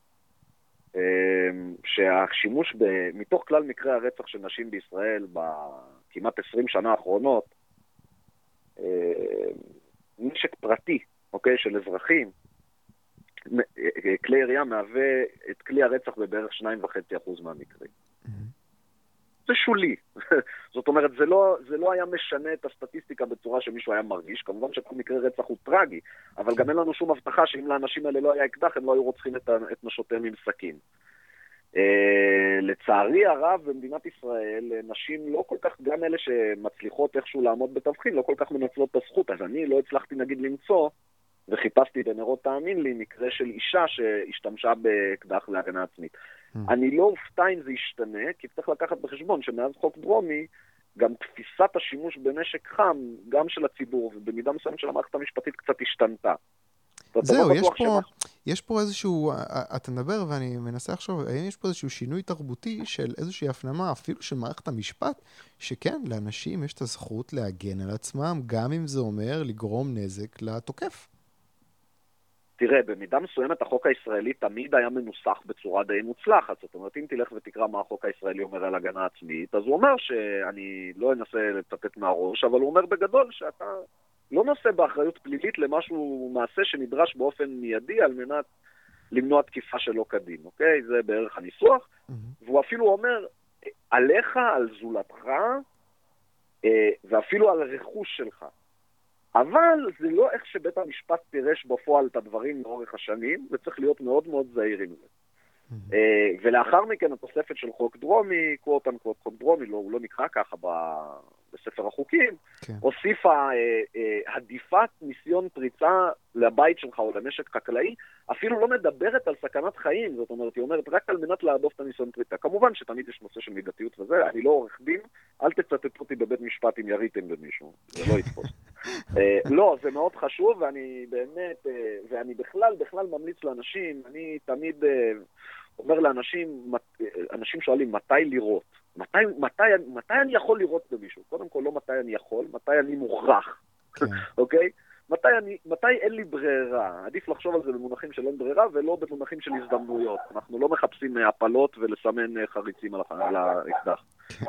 שהשימוש מתוך כלל מקרי הרצח של נשים בישראל בכמעט 20 שנה האחרונות, נשק פרטי, אוקיי, של אזרחים, כלי ירייה מהווה את כלי הרצח בבערך 2.5% מהמקרים. זה שולי. זאת אומרת, זה לא היה משנה את הסטטיסטיקה בצורה שמישהו היה מרגיש. כמובן שכל מקרה רצח הוא טרגי, אבל גם אין לנו שום הבטחה שאם לאנשים האלה לא היה אקדח, הם לא היו רוצחים את נשותיהם עם סכין. לצערי הרב, במדינת ישראל, נשים לא כל כך, גם אלה שמצליחות איכשהו לעמוד בתבחין, לא כל כך מנצלות את הזכות. אז אני לא הצלחתי נגיד למצוא, וחיפשתי בנרות תאמין לי, מקרה של אישה שהשתמשה באקדח להגנה עצמית. אני לא אופתע אם זה ישתנה, כי צריך לקחת בחשבון שמאז חוק דרומי, גם תפיסת השימוש בנשק חם, גם של הציבור, ובמידה מסוימת של המערכת המשפטית קצת השתנתה. זהו, יש פה איזשהו, אתה מדבר ואני מנסה לחשוב, האם יש פה איזשהו שינוי תרבותי של איזושהי הפנמה, אפילו של מערכת המשפט, שכן, לאנשים יש את הזכות להגן על עצמם, גם אם זה אומר לגרום נזק לתוקף. תראה, במידה מסוימת החוק הישראלי תמיד היה מנוסח בצורה די מוצלחת. זאת אומרת, אם תלך ותקרא מה החוק הישראלי אומר על הגנה עצמית, אז הוא אומר שאני לא אנסה לצטט מהראש, אבל הוא אומר בגדול שאתה לא נושא באחריות פלילית למשהו מעשה שנדרש באופן מיידי על מנת למנוע תקיפה שלא כדין, אוקיי? זה בערך הניסוח. והוא אפילו אומר, עליך, על זולתך, ואפילו על רכוש שלך. אבל זה לא איך שבית המשפט פירש בפועל את הדברים לאורך השנים, וצריך להיות מאוד מאוד זהיר עם זה. ולאחר מכן התוספת של חוק דרומי, קוואט אנקוואט חוק דרומי, הוא לא נקרא ככה בספר החוקים, כן. הוסיפה עדיפת ניסיון פריצה לבית שלך או לנשק חקלאי, אפילו לא מדברת על סכנת חיים, זאת אומרת, היא אומרת רק על מנת להדוף את הניסיון פריצה. כמובן שתמיד יש נושא של מידתיות וזה, אני לא עורך דין, אל תצטטו אותי בבית משפט אם יריתם במישהו, זה לא יתפוס. לא, זה מאוד חשוב, ואני באמת, ואני בכלל ממליץ לאנשים, אני תמיד אומר לאנשים, אנשים שואלים מתי לראות, מתי אני יכול לראות במישהו? קודם כל לא מתי אני יכול, מתי אני מוכרח, אוקיי? מתי אין לי ברירה? עדיף לחשוב על זה במונחים של אין ברירה ולא במונחים של הזדמנויות. אנחנו לא מחפשים הפלות ולסמן חריצים על האקדח.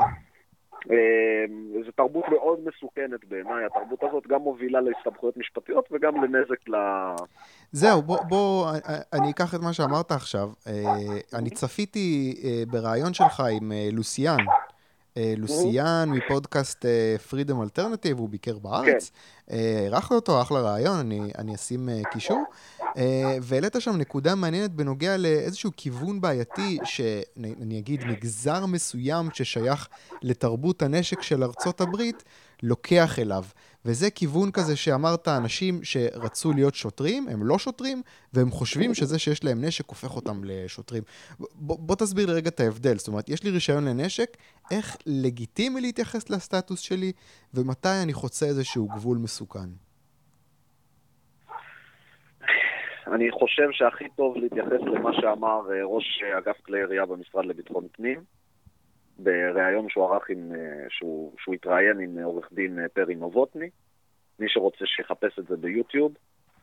זו תרבות מאוד מסוכנת בעיניי, התרבות הזאת גם מובילה להסתבכויות משפטיות וגם לנזק זהו, אני אקח את מה שאמרת עכשיו. אני צפיתי ברעיון שלך עם לוסיאן. לוסיאן מפודקאסט Freedom Alternative, הוא ביקר בארץ. ערכת אותו, אחלה רעיון, אני אשים קישור. והעלית שם נקודה מעניינת בנוגע לאיזשהו כיוון בעייתי, שאני אגיד מגזר מסוים ששייך לתרבות הנשק של ארצות הברית, לוקח אליו. וזה כיוון כזה שאמרת, אנשים שרצו להיות שוטרים, הם לא שוטרים, והם חושבים שזה שיש להם נשק הופך אותם לשוטרים. בוא תסביר לרגע את ההבדל. זאת אומרת, יש לי רישיון לנשק, איך לגיטימי להתייחס לסטטוס שלי, ומתי אני חוצה איזשהו גבול מסוכן. אני חושב שהכי טוב להתייחס למה שאמר ראש אגף כלי ירייה במשרד לביטחון פנים, בריאיון שהוא ערך שהוא התראיין עם עורך דין פרי נובוטני, מי שרוצה שיחפש את זה ביוטיוב,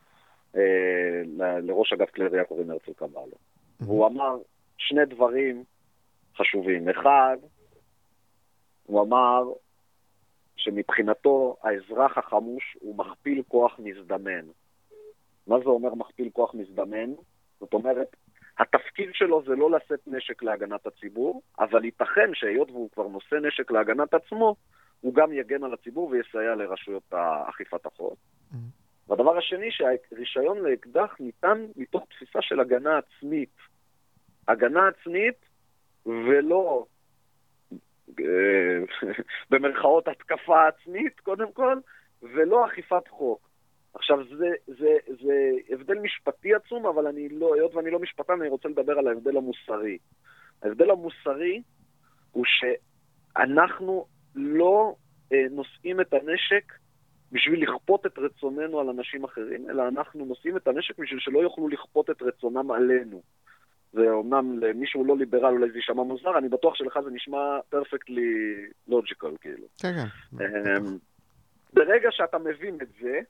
לראש אגף כלי ירייה קוראים הרצל קבלו. והוא אמר שני דברים חשובים. אחד, הוא אמר שמבחינתו האזרח החמוש הוא מכפיל כוח מזדמן. מה זה אומר מכפיל כוח מזדמן? זאת אומרת, התפקיד שלו זה לא לשאת נשק להגנת הציבור, אבל ייתכן שהיות והוא כבר נושא נשק להגנת עצמו, הוא גם יגן על הציבור ויסייע לרשויות אכיפת החוק. והדבר השני, שהרישיון לאקדח ניתן מתוך תפיסה של הגנה עצמית. הגנה עצמית ולא במרכאות התקפה עצמית, קודם כל, ולא אכיפת חוק. עכשיו, זה הבדל משפטי עצום, אבל היות ואני לא משפטן, אני רוצה לדבר על ההבדל המוסרי. ההבדל המוסרי הוא שאנחנו לא נושאים את הנשק בשביל לכפות את רצוננו על אנשים אחרים, אלא אנחנו נושאים את הנשק בשביל שלא יוכלו לכפות את רצונם עלינו. ואומנם למישהו לא ליברל, אולי זה יישמע מוזר, אני בטוח שלך זה נשמע perfectly logical, כאילו. כן. ברגע שאתה מבין את זה,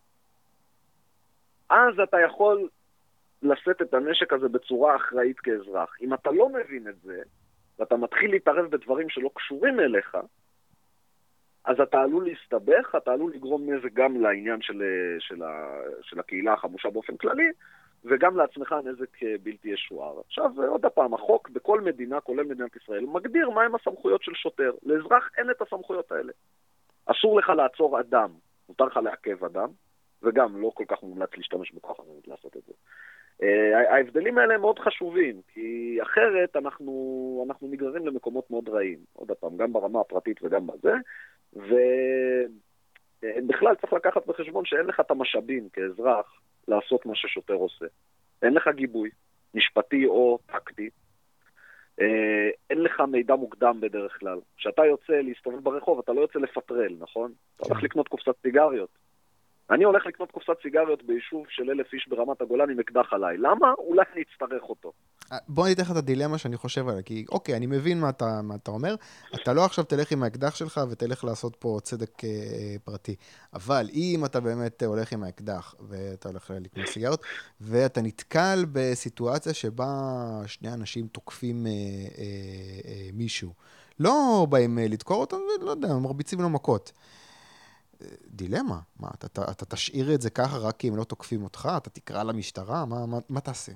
אז אתה יכול לשאת את הנשק הזה בצורה אחראית כאזרח. אם אתה לא מבין את זה, ואתה מתחיל להתערב בדברים שלא קשורים אליך, אז אתה עלול להסתבך, אתה עלול לגרום נזק גם לעניין של הקהילה החמושה באופן כללי, וגם לעצמך נזק בלתי ישוער. עכשיו, עוד הפעם, החוק בכל מדינה, כולל מדינת ישראל, מגדיר מהם הסמכויות של שוטר. לאזרח אין את הסמכויות האלה. אסור לך לעצור אדם, מותר לך לעכב אדם, וגם לא כל כך מומלץ להשתמש בכוח הזאת לעשות את זה. ההבדלים האלה הם מאוד חשובים, כי אחרת אנחנו נגררים למקומות מאוד רעים. עוד הפעם, גם ברמה הפרטית וגם בזה, ובכלל צריך לקחת בחשבון שאין לך את המשאבים כאזרח לעשות מה ששוטר עושה. אין לך גיבוי, משפטי או טקטי. אין לך מידע מוקדם בדרך כלל. כשאתה יוצא להסתובב ברחוב, אתה לא יוצא לפטרל, נכון? אתה הולך לקנות קופסת סיגריות. אני הולך לקנות קופסת סיגריות ביישוב של 1,000 איש ברמת הגולן עם אקדח עליי. למה? אולי אני אצטרך אותו. בוא ניתן לך את הדילמה שאני חושב עליה, כי אוקיי, אני מבין מה אתה אומר, אתה לא עכשיו תלך עם האקדח שלך ותלך לעשות פה צדק פרטי, אבל אם אתה באמת הולך עם האקדח ואתה הולך לקנות סיגריות, ואתה נתקל בסיטואציה שבה שני אנשים תוקפים מישהו, לא באים לדקור אותם, לא יודע, מרביצים לו מכות. דילמה, מה, אתה תשאיר את זה ככה רק כי הם לא תוקפים אותך? אתה תקרא למשטרה? מה תעשה?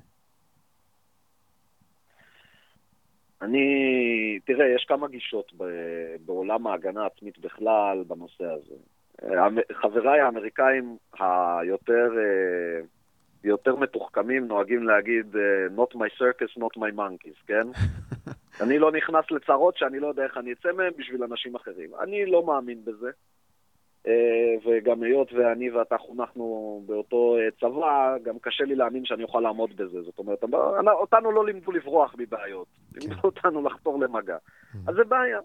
תראה, יש כמה גישות בעולם ההגנה העצמית בכלל בנושא הזה. חבריי האמריקאים היותר מתוחכמים נוהגים להגיד not my circus, not my monkeys, כן? אני לא נכנס לצרות שאני לא יודע איך אני אצא מהם בשביל אנשים אחרים. אני לא מאמין בזה. וגם היות ואני ואתה חונכנו באותו צבא, גם קשה לי להאמין שאני אוכל לעמוד בזה. זאת אומרת, אותנו לא לימדו לברוח מבעיות. לימדו אותנו לחתור למגע. אז זה בעיה.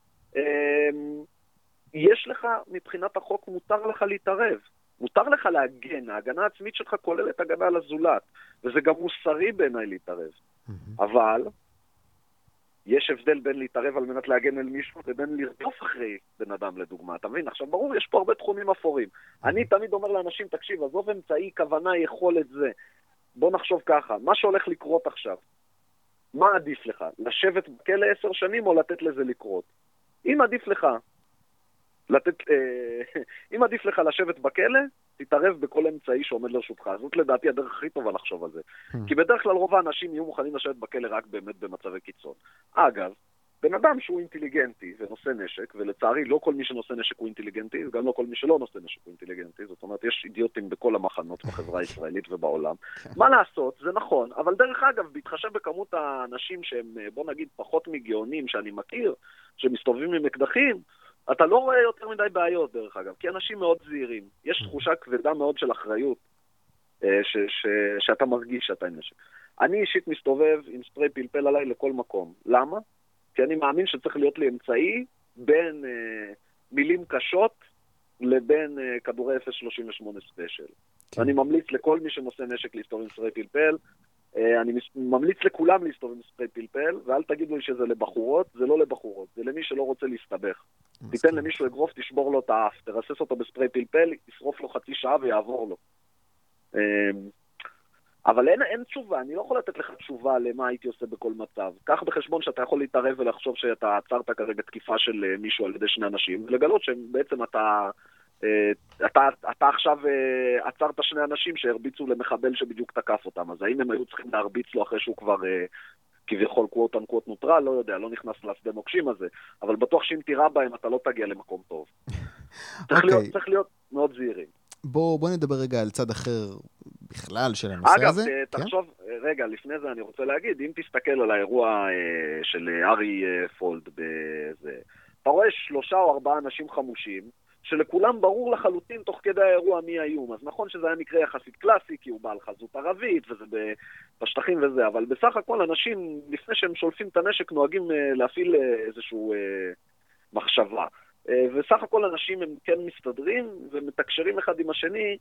יש לך, מבחינת החוק, מותר לך להתערב. מותר לך להגן. ההגנה העצמית שלך כוללת הגנה על הזולת. וזה גם מוסרי בעיניי להתערב. אבל יש הבדל בין להתערב על מנת להגן על מישהו ובין לרדוף אחרי בן אדם לדוגמה. אתה מבין? עכשיו ברור, יש פה הרבה תחומים אפורים. אני תמיד אומר לאנשים, תקשיב, עזוב אמצעי, כוונה, יכולת זה. בוא נחשוב ככה, מה שהולך לקרות עכשיו, מה עדיף לך? לשבת בכלא 10 שנים או לתת לזה לקרות? אם עדיף לך אם עדיף לך לשבת בכלא, תתערב בכל אמצעי שעומד לרשותך. זאת לדעתי הדרך הכי טובה לחשוב על זה. כי בדרך כלל רוב האנשים יהיו מוכנים לשבת בכלא רק באמת במצבי קיצון. אגב, בן אדם שהוא אינטליגנטי ונושא נשק, ולצערי לא כל מי שנושא נשק הוא אינטליגנטי, וגם לא כל מי שלא נושא נשק הוא אינטליגנטי, זאת אומרת יש אידיוטים בכל המחנות בחברה הישראלית ובעולם. מה לעשות? זה נכון, אבל דרך אגב, בהתחשב בכמות האנשים שהם, בוא נגיד, פחות מגאונים שאני מכיר, שמסתובבים עם אקדחים, אתה לא רואה יותר מדי בעיות דרך אגב, כי אנשים מאוד זהירים. יש תחושה כבדה מאוד של אחריות, שאתה מרגיש שאתה עם נשק. אני אישית מסתובב עם ספרי פלפל עליי לכל מקום. למה? כי אני מאמין שצריך להיות לי אמצעי בין מילים קשות לבין כדורי 0.38 ספיישל. אני ממליץ לכל מי שנושא נשק להסתובב עם ספרי פלפל, אני ממליץ לכולם להסתובב עם ספרי פלפל, ואל תגידו לי שזה לבחורות, זה לא לבחורות, זה למי שלא רוצה להסתבך. תיתן למישהו אגרוף, תשבור לו את האף, תרסס אותו בספרי פלפל, ישרוף לו חצי שעה ויעבור לו. אבל אין תשובה, אני לא יכול לתת לך תשובה למה הייתי עושה בכל מצב. קח בחשבון שאתה יכול להתערב ולחשוב שאתה עצרת כרגע תקיפה של מישהו על ידי 2 אנשים, ולגלות שבעצם אתה עכשיו עצרת 2 אנשים שהרביצו למחבל שבדיוק תקף אותם. אז האם הם היו צריכים להרביץ לו אחרי שהוא כבר כביכול קוואט אנקוואט נוטרל? לא יודע, לא נכנס לשדה מוקשים הזה, אבל בטוח שאם תירה בהם אתה לא תגיע למקום טוב. צריך להיות מאוד זהירים. בוא נדבר רגע על צד אחר בכלל של הנושא הזה. אגב, תחשוב, רגע, לפני זה אני רוצה להגיד, אם תסתכל על האירוע של ארי פולד בזה, אתה רואה 3 או 4 אנשים חמושים, שלכולם ברור לחלוטין תוך כדי האירוע מי האיום. אז נכון שזה היה מקרה יחסית קלאסי, כי הוא בעל חזות ערבית, וזה בשטחים וזה, אבל בסך הכל אנשים, לפני שהם שולפים את הנשק, נוהגים להפעיל איזשהו מחשבה. וסך הכל אנשים הם כן מסתדרים ומתקשרים אחד עם השני.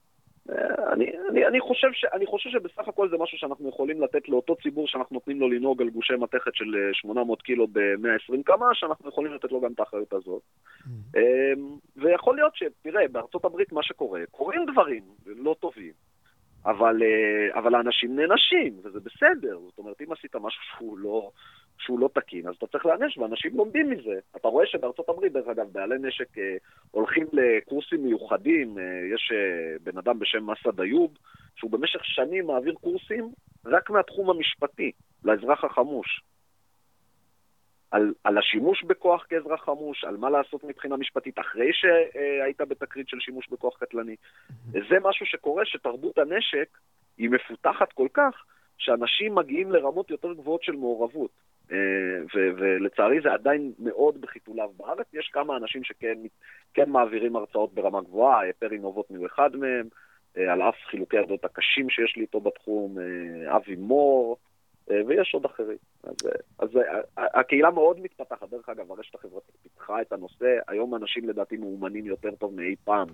אני חושב שבסך הכל זה משהו שאנחנו יכולים לתת לאותו ציבור שאנחנו נותנים לו לנהוג על גושי מתכת של 800 קילו ב-120 קמה, שאנחנו יכולים לתת לו גם את האחריות הזאת. ויכול להיות שתראה, בארצות הברית מה שקורה, קורים דברים לא טובים, אבל האנשים נענשים, וזה בסדר. זאת אומרת, אם עשית משהו שהוא לא תקין, אז אתה צריך להענש, ואנשים לומדים מזה. אתה רואה שבארצות הברית, דרך אגב, בעלי נשק הולכים לקורסים מיוחדים. יש בן אדם בשם מסעד איוב, שהוא במשך שנים מעביר קורסים רק מהתחום המשפטי, לאזרח החמוש. על השימוש בכוח כאזרח חמוש, על מה לעשות מבחינה משפטית אחרי שהיית בתקרית של שימוש בכוח קטלני. זה משהו שקורה שתרבות הנשק היא מפותחת כל כך, שאנשים מגיעים לרמות יותר גבוהות של מעורבות. ולצערי זה עדיין מאוד בחיתוליו בארץ. יש כמה אנשים שכן מעבירים הרצאות ברמה גבוהה, פרי נובוט הוא אחד מהם, על אף חילוקי הדעות הקשים שיש לי איתו בתחום, אבי מור, ויש עוד אחרים. אז הקהילה מאוד מתפתחת. דרך אגב, הרשת החברתית פיתחה את הנושא. היום אנשים לדעתי מאומנים יותר טוב מאי פעם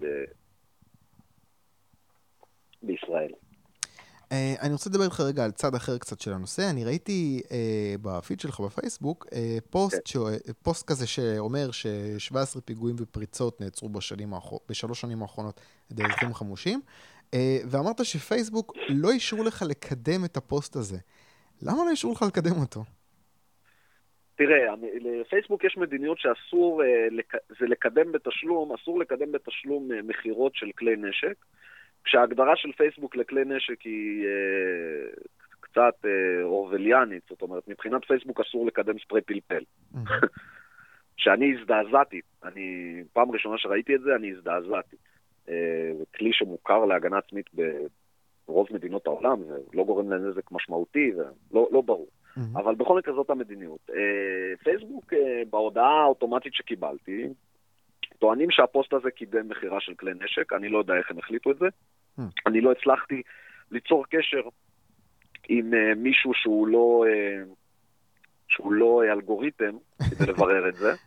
בישראל. אני רוצה לדבר איתך רגע על צד אחר קצת של הנושא. אני ראיתי בפיד שלך בפייסבוק פוסט כזה שאומר ש17 פיגועים ופריצות נעצרו ב3 שנים האחרונות על ידי אזרחים חמושים, ואמרת שפייסבוק לא אישרו לך לקדם את הפוסט הזה. למה לא אישרו לך לקדם אותו? תראה, לפייסבוק יש מדיניות שאסור זה לקדם בתשלום, אסור לקדם בתשלום מחירות של כלי נשק, כשההגדרה של פייסבוק לכלי נשק היא קצת אורווליאנית. זאת אומרת, מבחינת פייסבוק אסור לקדם ספרי פלפל. שאני הזדעזעתי, פעם ראשונה שראיתי את זה, אני הזדעזעתי. כלי שמוכר להגנה עצמית ברוב מדינות העולם, ולא גורם לנזק משמעותי, ולא ברור. אבל בכל מקרה זאת המדיניות. פייסבוק, בהודעה האוטומטית שקיבלתי, טוענים שהפוסט הזה קידם מחירה של כלי נשק, אני לא יודע איך הם החליטו את זה. אני לא הצלחתי ליצור קשר עם מישהו שהוא לא אלגוריתם כדי לברר את זה.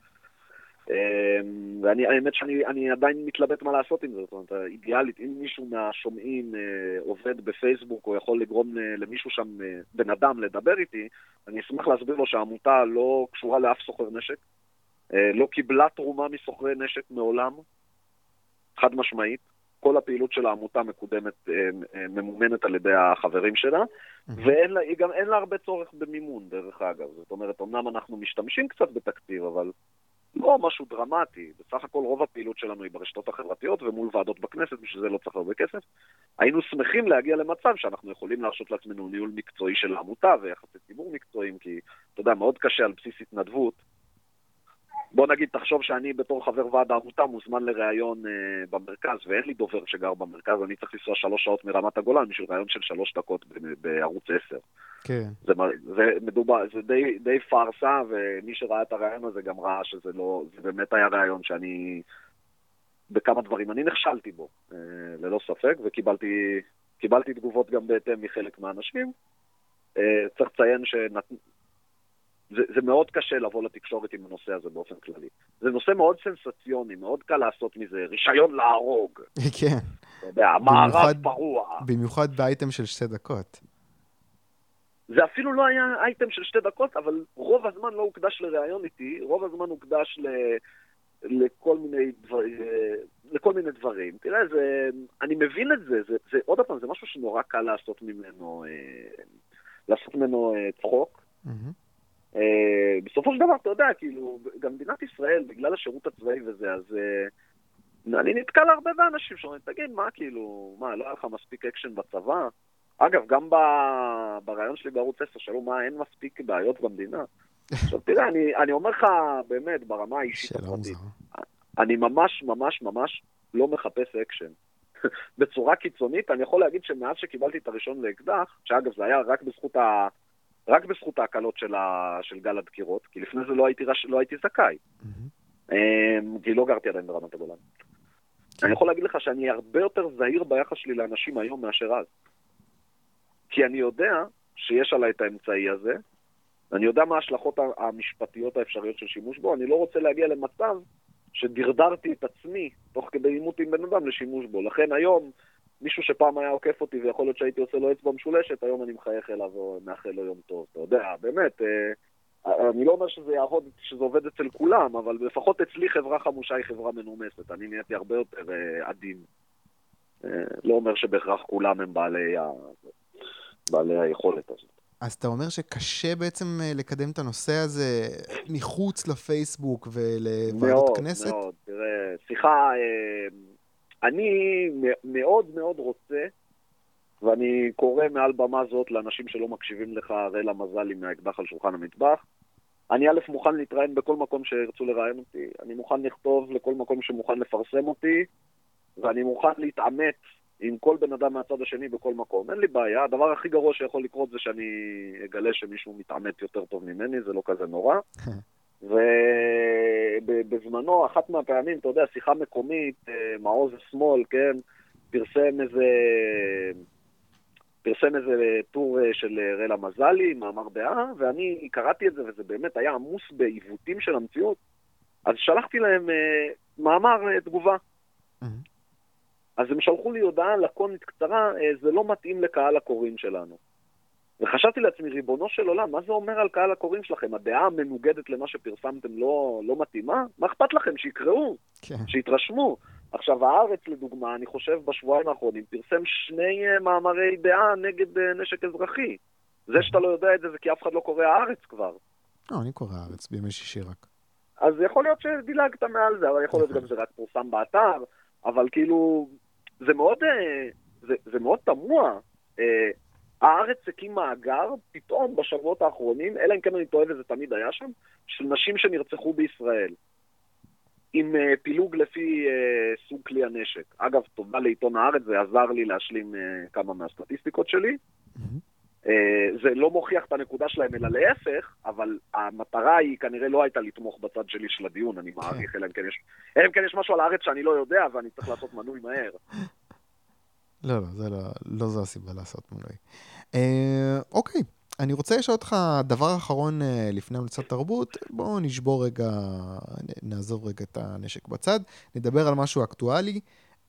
והאמת שאני עדיין מתלבט מה לעשות עם זה. זאת אומרת, אידיאלית, אם מישהו מהשומעים עובד בפייסבוק או יכול לגרום למישהו שם, בן אדם, לדבר איתי, אני אשמח להסביר לו שהעמותה לא קשורה לאף סוחר נשק, לא קיבלה תרומה מסוחרי נשק מעולם, חד משמעית. כל הפעילות של העמותה מקודמת, ממומנת על ידי החברים שלה, וגם אין לה הרבה צורך במימון, דרך אגב. זאת אומרת, אמנם אנחנו משתמשים קצת בתקציב, אבל לא משהו דרמטי. בסך הכל רוב הפעילות שלנו היא ברשתות החברתיות ומול ועדות בכנסת, בשביל זה לא צריך הרבה כסף. היינו שמחים להגיע למצב שאנחנו יכולים להרשות לעצמנו ניהול מקצועי של העמותה ויחסי ציבור מקצועיים, כי אתה יודע, מאוד קשה על בסיס התנדבות. בוא נגיד, תחשוב שאני בתור חבר ועד העמותה מוזמן לראיון במרכז, ואין לי דובר שגר במרכז, אני צריך לנסוע 3 שעות מרמת הגולן, בשביל ראיון של 3 דקות בערוץ 10. כן. זה די פרסה, ומי שראה את הראיון הזה גם ראה שזה לא, זה באמת היה ראיון שאני, בכמה דברים, אני נכשלתי בו, ללא ספק, וקיבלתי תגובות גם בהתאם מחלק מהאנשים. צריך לציין זה מאוד קשה לבוא לתקשורת עם הנושא הזה באופן כללי. זה נושא מאוד סנסציוני, מאוד קל לעשות מזה, רישיון להרוג. כן. אתה יודע, מערב פרוע. במיוחד באייטם של 2 דקות. זה אפילו לא היה אייטם של 2 דקות, אבל רוב הזמן לא הוקדש לראיון איתי, רוב הזמן הוקדש לכל מיני דברים. תראה, אני מבין את זה, עוד פעם, זה משהו שנורא קל לעשות ממנו צחוק. בסופו של דבר, אתה יודע, כאילו, גם מדינת ישראל, בגלל השירות הצבאי וזה, אז אני נתקל הרבה באנשים שאומרים, תגיד, מה, כאילו, לא היה לך מספיק אקשן בצבא? אגב, גם ברעיון שלי בערוץ 10, שאלו מה, אין מספיק בעיות במדינה. עכשיו, תראה, אני אומר לך, באמת, ברמה האישית הפרטית, אני ממש, ממש, ממש לא מחפש אקשן. בצורה קיצונית, אני יכול להגיד שמאז שקיבלתי את הראשון לאקדח, שאגב, זה היה רק בזכות ההקלות של גל הדקירות, כי לפני זה לא הייתי זכאי. כי לא גרתי עדיין ברמת הגולן. אני יכול להגיד לך שאני הרבה יותר זהיר ביחס שלי לאנשים היום מאשר אז. כי אני יודע שיש עליי את האמצעי הזה, אני יודע מה ההשלכות המשפטיות האפשריות של שימוש בו, אני לא רוצה להגיע למצב שדרדרתי את עצמי תוך כדי עימות עם בן אדם לשימוש בו. לכן היום, מישהו שפעם היה עוקף אותי ויכול להיות שהייתי עושה לו אצבע משולשת, היום אני מחייך אליו ומאחל לו יום טוב. אתה יודע, באמת, אני לא אומר שזה עובד אצל כולם, אבל לפחות אצלי חברה חמושה היא חברה מנומסת. אני נהייתי הרבה יותר עדין. לא אומר שבהכרח כולם הם בעלי היכולת הזאת. אז אתה אומר שקשה בעצם לקדם את הנושא הזה מחוץ לפייסבוק ולוועדות כנסת? מאוד, מאוד. תראה, שיחה, אני מאוד מאוד רוצה, ואני קורא מעל במה זאת לאנשים שלא מקשיבים לך, רלה מזלי מהאקדח על שולחן המטבח. אני א' מוכן להתראיין בכל מקום שירצו לראיין אותי, אני מוכן לכתוב לכל מקום שמוכן לפרסם אותי, ואני מוכן להתעמת עם כל בן אדם מהצד השני בכל מקום. אין לי בעיה, הדבר הכי גרוע שיכול לקרות זה שאני אגלה שמישהו מתעמת יותר טוב ממני, זה לא כזה נורא. ובזמנו, אחת מהפעמים, אתה יודע, שיחה מקומית, מעוז שמאל, כן, פרסם איזה טור של רלה מזלי, מאמר דעה, ואני קראתי את זה, וזה באמת היה עמוס בעיוותים של המציאות, אז שלחתי להם מאמר תגובה. אז הם שלחו לי הודעה לקונית קצרה, זה לא מתאים לקהל הקוראים שלנו. וחשבתי לעצמי, ריבונו של עולם, מה זה אומר על קהל הקוראים שלכם? הדעה המנוגדת למה שפרסמתם לא מתאימה? מה אכפת לכם? שיקראו, שיתרשמו. עכשיו, הארץ, לדוגמה, אני חושב בשבועיים האחרונים, פרסם 2 מאמרי דעה נגד נשק אזרחי. זה שאתה לא יודע את זה, זה כי אף אחד לא קורא הארץ כבר. לא, אני קורא הארץ, בימי שישי רק. אז יכול להיות שדילגת מעל זה, אבל יכול להיות גם זה רק פורסם באתר, אבל כאילו, זה מאוד תמוה. הארץ הקים מאגר, פתאום בשבועות האחרונים, אלא אם כן אני טועה וזה תמיד היה שם, של נשים שנרצחו בישראל. עם פילוג לפי סוג כלי הנשק. אגב, תודה לעיתון הארץ, זה עזר לי להשלים כמה מהסטטיסטיקות שלי. זה לא מוכיח את הנקודה שלהם, אלא להפך, אבל המטרה היא כנראה לא הייתה לתמוך בצד שלי של הדיון, אני מעריך, אלא אם כן יש משהו על הארץ שאני לא יודע, ואני צריך לעשות מנוי מהר. לא, לא זו הסיבה לעשות מנוי. אוקיי, אני רוצה לשאול אותך דבר אחרון לפני המלצת תרבות. בואו נשבור רגע, נעזוב רגע את הנשק בצד, נדבר על משהו אקטואלי.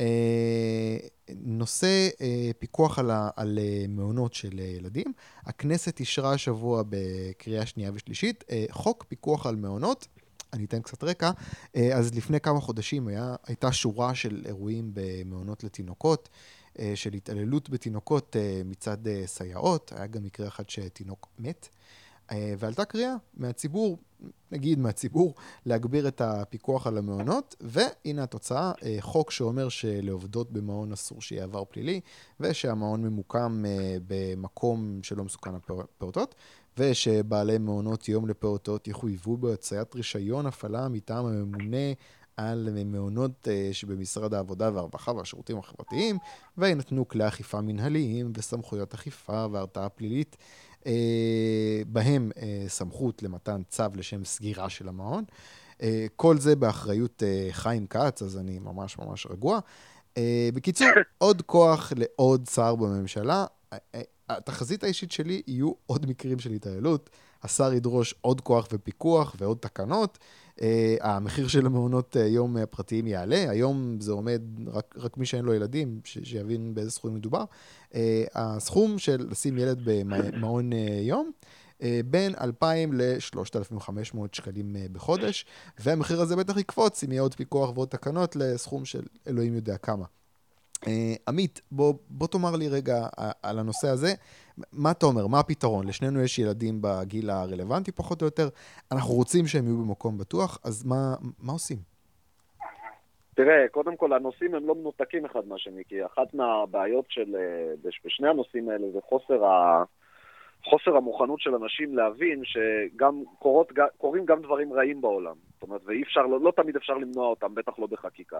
נושא פיקוח על מעונות של ילדים. הכנסת אישרה השבוע בקריאה שנייה ושלישית חוק פיקוח על מעונות. אני אתן קצת רקע. אז לפני כמה חודשים הייתה שורה של אירועים במעונות לתינוקות, של התעללות בתינוקות מצד סייעות. היה גם מקרה אחד שתינוק מת. ועלתה קריאה מהציבור, נגיד מהציבור, להגביר את הפיקוח על המעונות, והנה התוצאה, חוק שאומר שלעובדות במעון אסור שיהיה עבר פלילי, ושהמעון ממוקם במקום שלא מסוכן לפעוטות, ושבעלי מעונות יום לפעוטות יחויבו בהוצאת רישיון הפעלה מטעם הממונה על מעונות שבמשרד העבודה והרווחה והשירותים החברתיים, וינתנו כלי אכיפה מנהליים וסמכויות אכיפה והרתעה פלילית, בהם סמכות למתן צו לשם סגירה של המעון. כל זה באחריות חיים כץ, אז אני ממש ממש רגוע. בקיצור, עוד כוח לעוד שר בממשלה. התחזית האישית שלי יהיו עוד מקרים של התעללות. השר ידרוש עוד כוח ופיקוח ועוד תקנות. המחיר של המעונות יום הפרטיים יעלה. היום זה עומד, רק מי שאין לו ילדים, שיבין באיזה סכום מדובר. הסכום של לשים ילד במעון יום, בין 2,000 ל-3,500 שקלים בחודש, והמחיר הזה בטח יקפוץ אם יהיה עוד פיקוח ועוד תקנות לסכום של אלוהים יודע כמה. עמית, בוא תאמר לי רגע על הנושא הזה, מה אתה אומר, מה הפתרון? לשנינו יש ילדים בגיל הרלוונטי פחות או יותר, אנחנו רוצים שהם יהיו במקום בטוח, אז מה עושים? תראה, קודם כל הנושאים הם לא מנותקים אחד מהשני, כי אחת מהבעיות בשני הנושאים האלה זה חוסר המוכנות של אנשים להבין שגם קורים גם דברים רעים בעולם. זאת אומרת, ואי אפשר, לא תמיד אפשר למנוע אותם, בטח לא בחקיקה.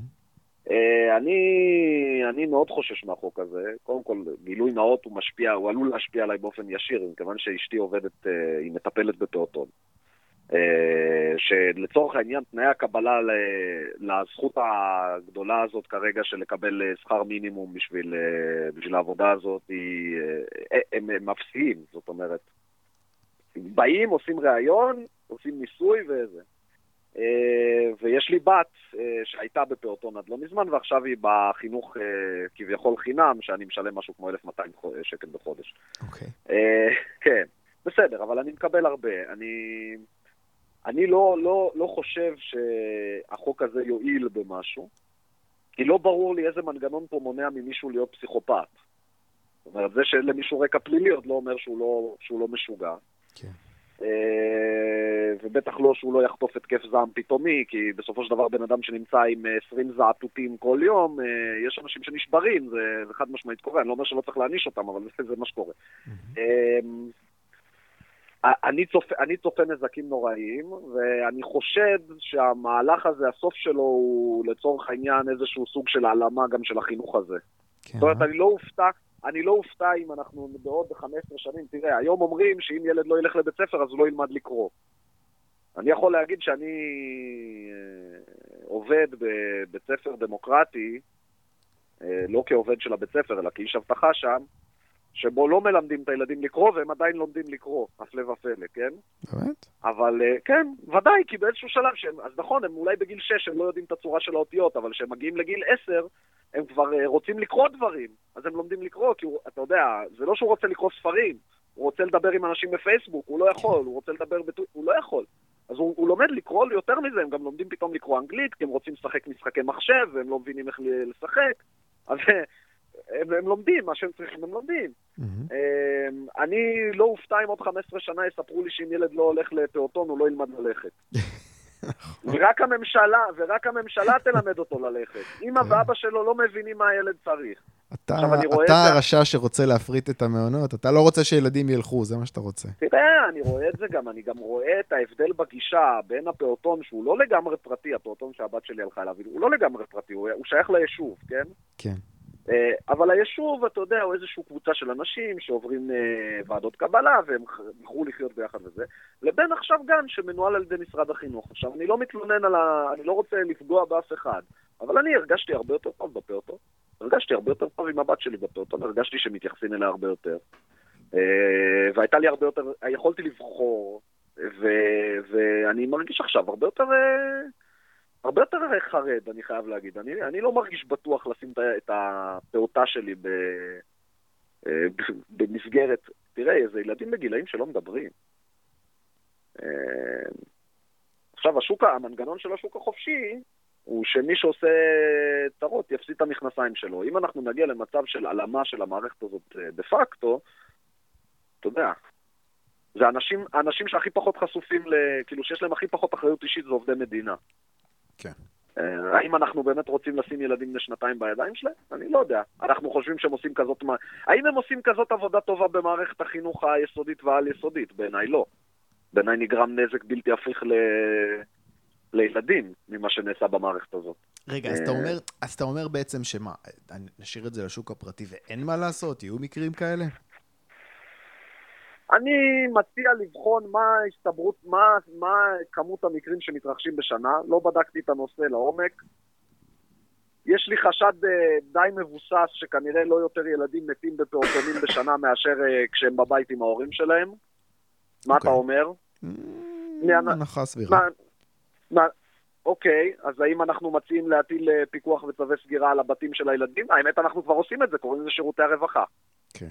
אני מאוד חושש מהחוק הזה. קודם כל, גילוי נאות הוא עלול להשפיע עליי באופן ישיר, מכיוון שאשתי עובדת, היא מטפלת בפעוטון. שלצורך העניין, תנאי הקבלה לזכות הגדולה הזאת כרגע של לקבל שכר מינימום בשביל העבודה הזאת, הם מפסיעים. זאת אומרת, באים, עושים ראיון, עושים ניסוי וזה. ויש לי בת שהייתה בפעוטון עד לא מזמן, ועכשיו היא בחינוך כביכול חינם, שאני משלם משהו כמו 1,200 שקל בחודש. אוקיי. כן, בסדר, אבל אני מקבל הרבה. אני לא חושב שהחוק הזה יועיל במשהו, כי לא ברור לי איזה מנגנון פה מונע ממישהו להיות פסיכופת. זאת אומרת, זה שלמישהו רקע פלילי עוד לא אומר שהוא לא משוגע. כן. ובטח לא שהוא לא יחטוף התקף זעם פתאומי, כי בסופו של דבר בן אדם שנמצא עם 20 זעתותים כל יום, יש אנשים שנשברים, זה חד משמעית קורה, אני לא אומר שלא צריך להעניש אותם, אבל זה מה שקורה. אני צופה נזקים נוראיים, ואני חושד שהמהלך הזה, הסוף שלו הוא לצורך העניין איזשהו סוג של העלמה גם של החינוך הזה. זאת אומרת, אני לא אופתע אם אנחנו בעוד 15 שנים, תראה, היום אומרים שאם ילד לא ילך לבית ספר אז הוא לא ילמד לקרוא. אני יכול להגיד שאני עובד בבית ספר דמוקרטי, לא כעובד של הבית ספר, אלא כאיש הבטחה שם, שבו לא מלמדים את הילדים לקרוא, והם עדיין לומדים לקרוא, הפלא ופלא, כן? באמת? אבל כן, ודאי, כי באיזשהו שלב אז נכון, הם אולי בגיל 6, הם לא יודעים את הצורה של האותיות, אבל כשהם מגיעים לגיל 10, הם כבר רוצים לקרוא דברים, אז הם לומדים לקרוא, כי אתה יודע, זה לא שהוא רוצה לקרוא ספרים, הוא רוצה לדבר עם אנשים בפייסבוק, הוא לא יכול, הוא רוצה לדבר הוא לא יכול. אז הוא לומד לקרוא יותר מזה, הם גם לומדים פתאום לקרוא אנגלית, כי הם רוצים לשחק משחקי מחשב, והם לא מבינים איך לשחק, אז הם לומדים, מה שהם צריכים הם לומדים. אני לא אופתע אם עוד 15 שנה יספרו לי שאם ילד לא הולך לפעוטון, הוא לא ילמד ללכת. ורק הממשלה תלמד אותו ללכת. אמא ואבא שלו לא מבינים מה הילד צריך. אתה הרשע שרוצה להפריט את המעונות, אתה לא רוצה שילדים ילכו, זה מה שאתה רוצה. תראה, אני רואה את זה גם, אני גם רואה את ההבדל בגישה בין הפעוטון, שהוא לא לגמרי פרטי, הפעוטון שהבת שלי הלכה אליו, הוא לא לגמרי פרטי, הוא שייך ליישוב, כן? כן. אבל היישוב, אתה יודע, הוא איזושהי קבוצה של אנשים שעוברים ועדות קבלה, והם בחרו לחיות ביחד וזה, לבין עכשיו גן שמנוהל על ידי משרד החינוך. עכשיו, אני לא מתלונן אני לא רוצה לפגוע באף אחד, אבל אני הרגשתי הרבה יותר טוב בפעוטון. הרגשתי הרבה יותר טוב עם הבת שלי בפעוטון, הרגשתי שמתייחסים אליה הרבה יותר. והייתה לי הרבה יותר, יכולתי לבחור, ואני מרגיש עכשיו הרבה יותר חרד, אני חייב להגיד. אני לא מרגיש בטוח לשים את הפעוטה שלי במסגרת. תראה, זה ילדים בגילאים שלא מדברים. עכשיו, המנגנון של השוק החופשי, הוא שמי שעושה צרות יפסיד את המכנסיים שלו. אם אנחנו נגיע למצב של עלמה של המערכת הזאת דה פקטו, אתה יודע, זה האנשים שהכי פחות חשופים, כאילו שיש להם הכי פחות אחריות אישית, זה עובדי מדינה. כן. האם אנחנו באמת רוצים לשים ילדים לשנתיים בידיים שלהם? אני לא יודע. אנחנו חושבים שהם עושים כזאת... האם הם עושים כזאת עבודה טובה במערכת החינוך היסודית והעל-יסודית? בעיניי לא. בעיניי נגרם נזק בלתי הפיך לילדים ממה שנעשה במערכת הזאת. רגע, אז אתה אומר בעצם שמה, נשאיר את זה לשוק הפרטי ואין מה לעשות? יהיו מקרים כאלה? אני מציע לבחון מה כמות המקרים שמתרחשים בשנה. לא בדקתי את הנושא לעומק. יש לי חשד די מבוסס שכנראה לא יותר ילדים מתים בפעוטונים בשנה מאשר כשהם בבית עם ההורים שלהם. מה אתה אומר? הנחה סבירה. אוקיי, אז האם אנחנו מציעים להטיל פיקוח וצווי סגירה על הבתים של הילדים? האמת, אנחנו כבר עושים את זה, קוראים לזה שירותי הרווחה. כן.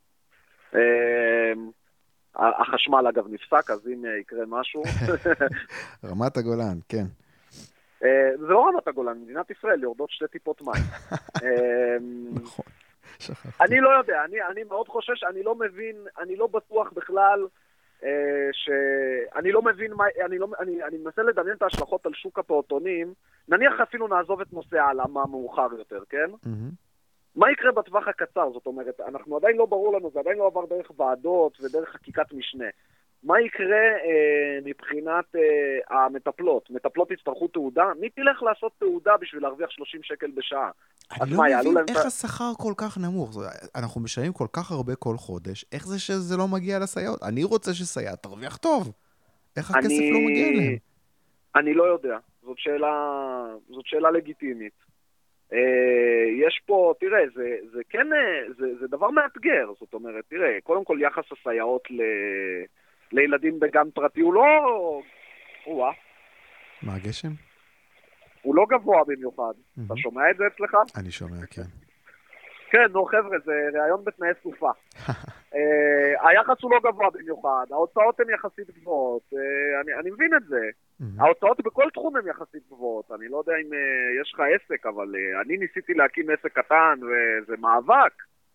החשמל אגב נפסק, אז אם יקרה משהו... רמת הגולן, כן. זה לא רמת הגולן, מדינת ישראל יורדות 2 טיפות מים. נכון, שכחתי. אני לא יודע, אני מאוד חושש, אני לא בטוח בכלל שאני לא מבין, אני מנסה לדמיין את ההשלכות על שוק הפעוטונים, נניח אפילו נעזוב את נושא העלמה מאוחר יותר, כן? מה יקרה בטווח הקצר? זאת אומרת, אנחנו עדיין לא ברור לנו, זה עדיין לא עבר דרך ועדות ודרך חקיקת משנה. מה יקרה מבחינת המטפלות? מטפלות יצטרכו תעודה? מי תלך לעשות תעודה בשביל להרוויח 30 שקל בשעה? אני לא מבין איך השכר כל כך נמוך. אנחנו משלמים כל כך הרבה כל חודש. איך זה שזה לא מגיע לסייעות? אני רוצה שסייעת תרוויח טוב. איך הכסף לא מגיע אליהם? אני לא יודע. זאת שאלה לגיטימית. יש פה, תראה, זה כן, זה דבר מאתגר. זאת אומרת, תראה, קודם כל יחס הסייעות לילדים בגן פרטי הוא לא... מה, הגשם? הוא לא גבוה במיוחד. אתה שומע את זה אצלך? אני שומע, כן. כן, נו חבר'ה, זה רעיון בתנאי סופה. היחס הוא לא גבוה במיוחד, ההוצאות הן יחסית גבוהות, אני מבין את זה. ההוצאות בכל תחום הן יחסית גבוהות, אני לא יודע אם יש לך עסק, אבל אני ניסיתי להקים עסק קטן וזה מאבק.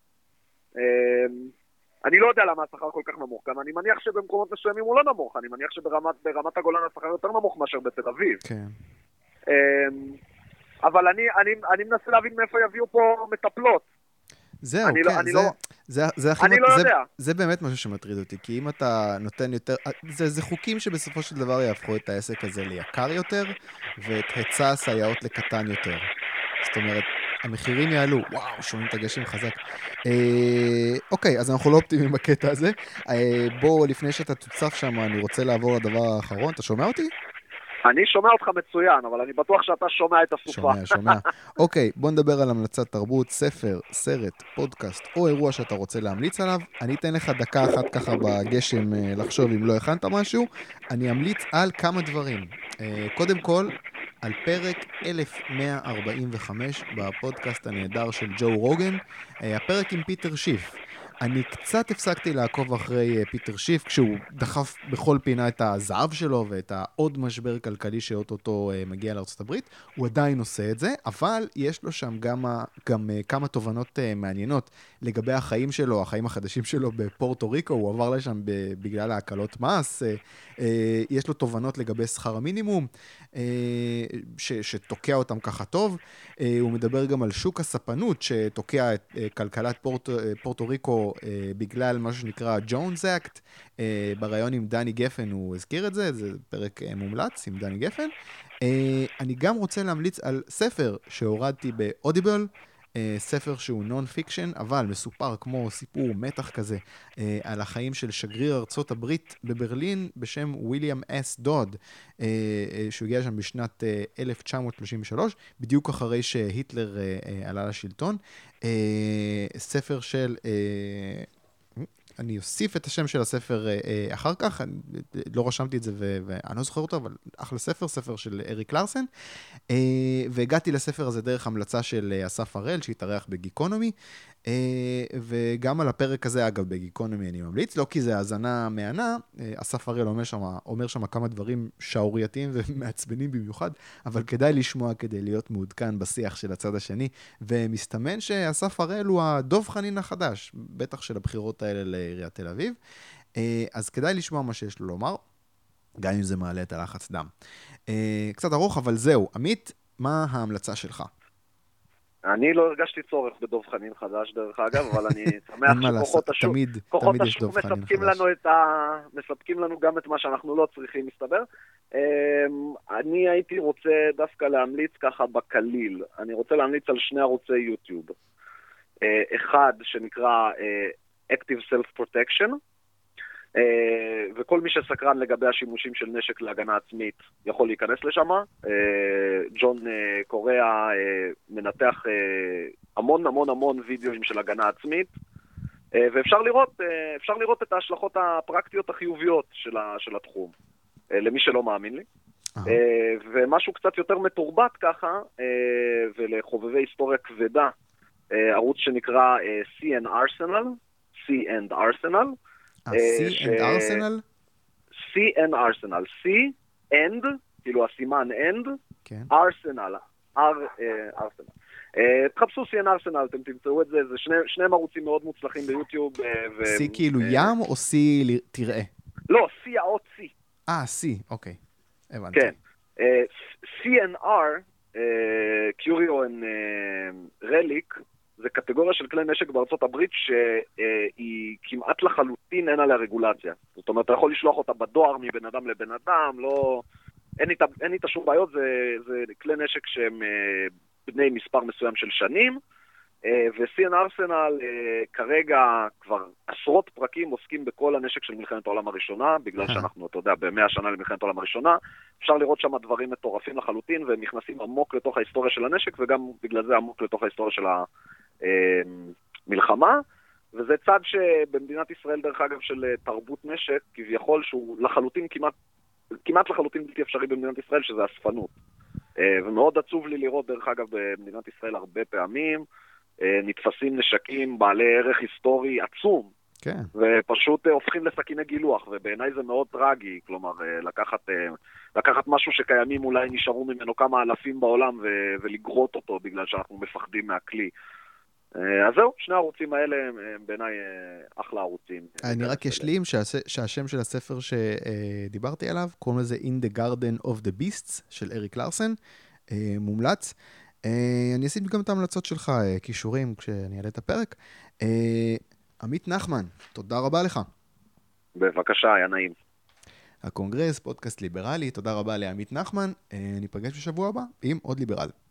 אני לא יודע למה השכר כל כך נמוך, גם אני מניח שבמקומות מסוימים הוא לא נמוך, אני מניח שברמת הגולן השכר יותר נמוך מאשר בתל אביב. כן. אבל אני מנסה להבין מאיפה יביאו פה מטפלות. זהו, כן, זה באמת משהו שמטריד אותי, כי אם אתה נותן יותר, זה חוקים שבסופו של דבר יהפכו את העסק הזה ליקר יותר, ואת היצע הסייעות לקטן יותר. זאת אומרת, המחירים יעלו, וואו, שומעים את הגשם חזק. אוקיי, אז אנחנו לא אופטימיים בקטע הזה. בוא, לפני שאתה תוצף שם, אני רוצה לעבור לדבר האחרון. אתה שומע אותי? אני שומע אותך מצוין, אבל אני בטוח שאתה שומע את הסופה. שומע. אוקיי, בוא נדבר על המלצת תרבות, ספר, סרט, פודקאסט או אירוע שאתה רוצה להמליץ עליו. אני אתן לך דקה אחת ככה בגשם לחשוב אם לא הכנת משהו. אני אמליץ על כמה דברים. קודם כל, על פרק 1145 בפודקאסט הנהדר של ג'ו רוגן, הפרק עם פיטר שיף. אני קצת הפסקתי לעקוב אחרי פיטר שיף כשהוא דחף בכל פינה את הזהב שלו ואת העוד משבר כלכלי שאוטוטו מגיע לארצות הברית. הוא עדיין עושה את זה, אבל יש לו שם גם כמה תובנות מעניינות לגבי החיים שלו, החיים החדשים שלו בפורטו ריקו. הוא עבר לשם בגלל ההקלות מס. יש לו תובנות לגבי שכר המינימום, שתוקע אותם ככה טוב. הוא מדבר גם על שוק הספנות שתוקע את כלכלת פורטו ריקו בגלל משהו שנקרא ג'ונס אקט. ברעיון עם דני גפן הוא הזכיר את זה, זה פרק מומלץ עם דני גפן. אני גם רוצה להמליץ על ספר שהורדתי באודיבל, ספר שהוא נון פיקשן, אבל מסופר כמו סיפור מתח כזה, על החיים של שגריר ארצות הברית בברלין, בשם וויליאם אס דוד, שהוא הגיע שם בשנת 1933, בדיוק אחרי שהיטלר עלה לשלטון. ספר של... אני אוסיף את השם של הספר אחר כך, לא רשמתי את זה ואני לא זוכר אותו, אבל אחלה ספר, ספר של אריק לארסן. והגעתי לספר הזה דרך המלצה של אסף הראל, שהתארח בגיקונומי, וגם על הפרק הזה, אגב, בגיקונומי אני ממליץ, לא כי זה האזנה מהנה, אסף הראל אומר שם כמה דברים שעורייתיים ומעצבנים במיוחד, אבל כדאי לשמוע כדי להיות מעודכן בשיח של הצד השני, ומסתמן שאסף הראל הוא הדוב חנין החדש, בטח של הבחירות האלה לעיריית תל אביב, אז כדאי לשמוע מה שיש לו לומר, גם אם זה מעלה את הלחץ דם. קצת ארוך, אבל זהו. עמית, מה ההמלצה שלך? אני לא הרגשתי צורך בדוב חנין חדש, דרך אגב, אבל אני שמח שכוחות השוק מספקים לנו גם את מה שאנחנו לא צריכים, מסתבר. אני הייתי רוצה דווקא להמליץ ככה בקליל. אני רוצה להמליץ על 2 ערוצי יוטיוב. אחד שנקרא Active Self-Protection, וכל מי שסקרן לגבי השימושים של נשק להגנה עצמית יכול להיכנס לשם. ג'ון קוריאה מנתח המון המון המון וידאוים של הגנה עצמית, ואפשר לראות את ההשלכות הפרקטיות החיוביות של התחום, למי שלא מאמין לי. ומשהו קצת יותר מתורבת ככה, ולחובבי היסטוריה כבדה, ערוץ שנקרא C and Arsenal. C and Arsenal? C and Arsenal. C and, כאילו הסימן and, Arsenal. Arsenal. תחפשו C and Arsenal, אתם תמצאו את זה, זה שני ערוצים מאוד מוצלחים ביוטיוב. C כאילו ים או C תראה? לא, C האות C. C, אוקיי. הבנתי. כן. C and R, Curio and Relic, זה קטגוריה של כלי נשק בארצות הברית שהיא כמעט לחלוטין אין עליה רגולציה. זאת אומרת, אתה יכול לשלוח אותה בדואר מבן אדם לבן אדם, אין איתה שום בעיות, זה כלי נשק שהם בני מספר מסוים של שנים, ו-C&A Arsenal כרגע כבר עשרות פרקים עוסקים בכל הנשק של מלחמת העולם הראשונה, בגלל שאנחנו, אתה יודע, ב100 שנה למלחמת העולם הראשונה, אפשר לראות שם דברים מטורפים לחלוטין, והם נכנסים עמוק לתוך ההיסטוריה של הנשק, וגם בגלל זה עמוק לתוך ההיסטוריה של המלחמה, וזה צד שבמדינת ישראל, דרך אגב, של תרבות נשק, כביכול שהוא לחלוטין, כמעט לחלוטין בלתי אפשרי במדינת ישראל, שזה אספנות. ומאוד עצוב לי לראות, דרך אגב, במדינת ישראל הרבה פעמים, נתפסים נשקים בעלי ערך היסטורי עצום, כן. ופשוט הופכים לסכיני גילוח, ובעיניי זה מאוד טרגי, כלומר, לקחת משהו שקיימים אולי נשארו ממנו כמה אלפים בעולם, ולגרות אותו בגלל שאנחנו מפחדים מהכלי. אז זהו, 2 הערוצים האלה הם בעיניי אחלה ערוצים. אני רק אשלים שהשם של הספר שדיברתי עליו, קוראים לזה In the Garden of the Beasts של אריק לארסן, מומלץ. אני אשים גם את ההמלצות שלך, קישורים, כשאני אעלה את הפרק. עמית נחמן, תודה רבה לך. בבקשה, היה נעים. הקונגרס, פודקאסט ליברלי, תודה רבה לעמית נחמן. ניפגש בשבוע הבא עם עוד ליברל.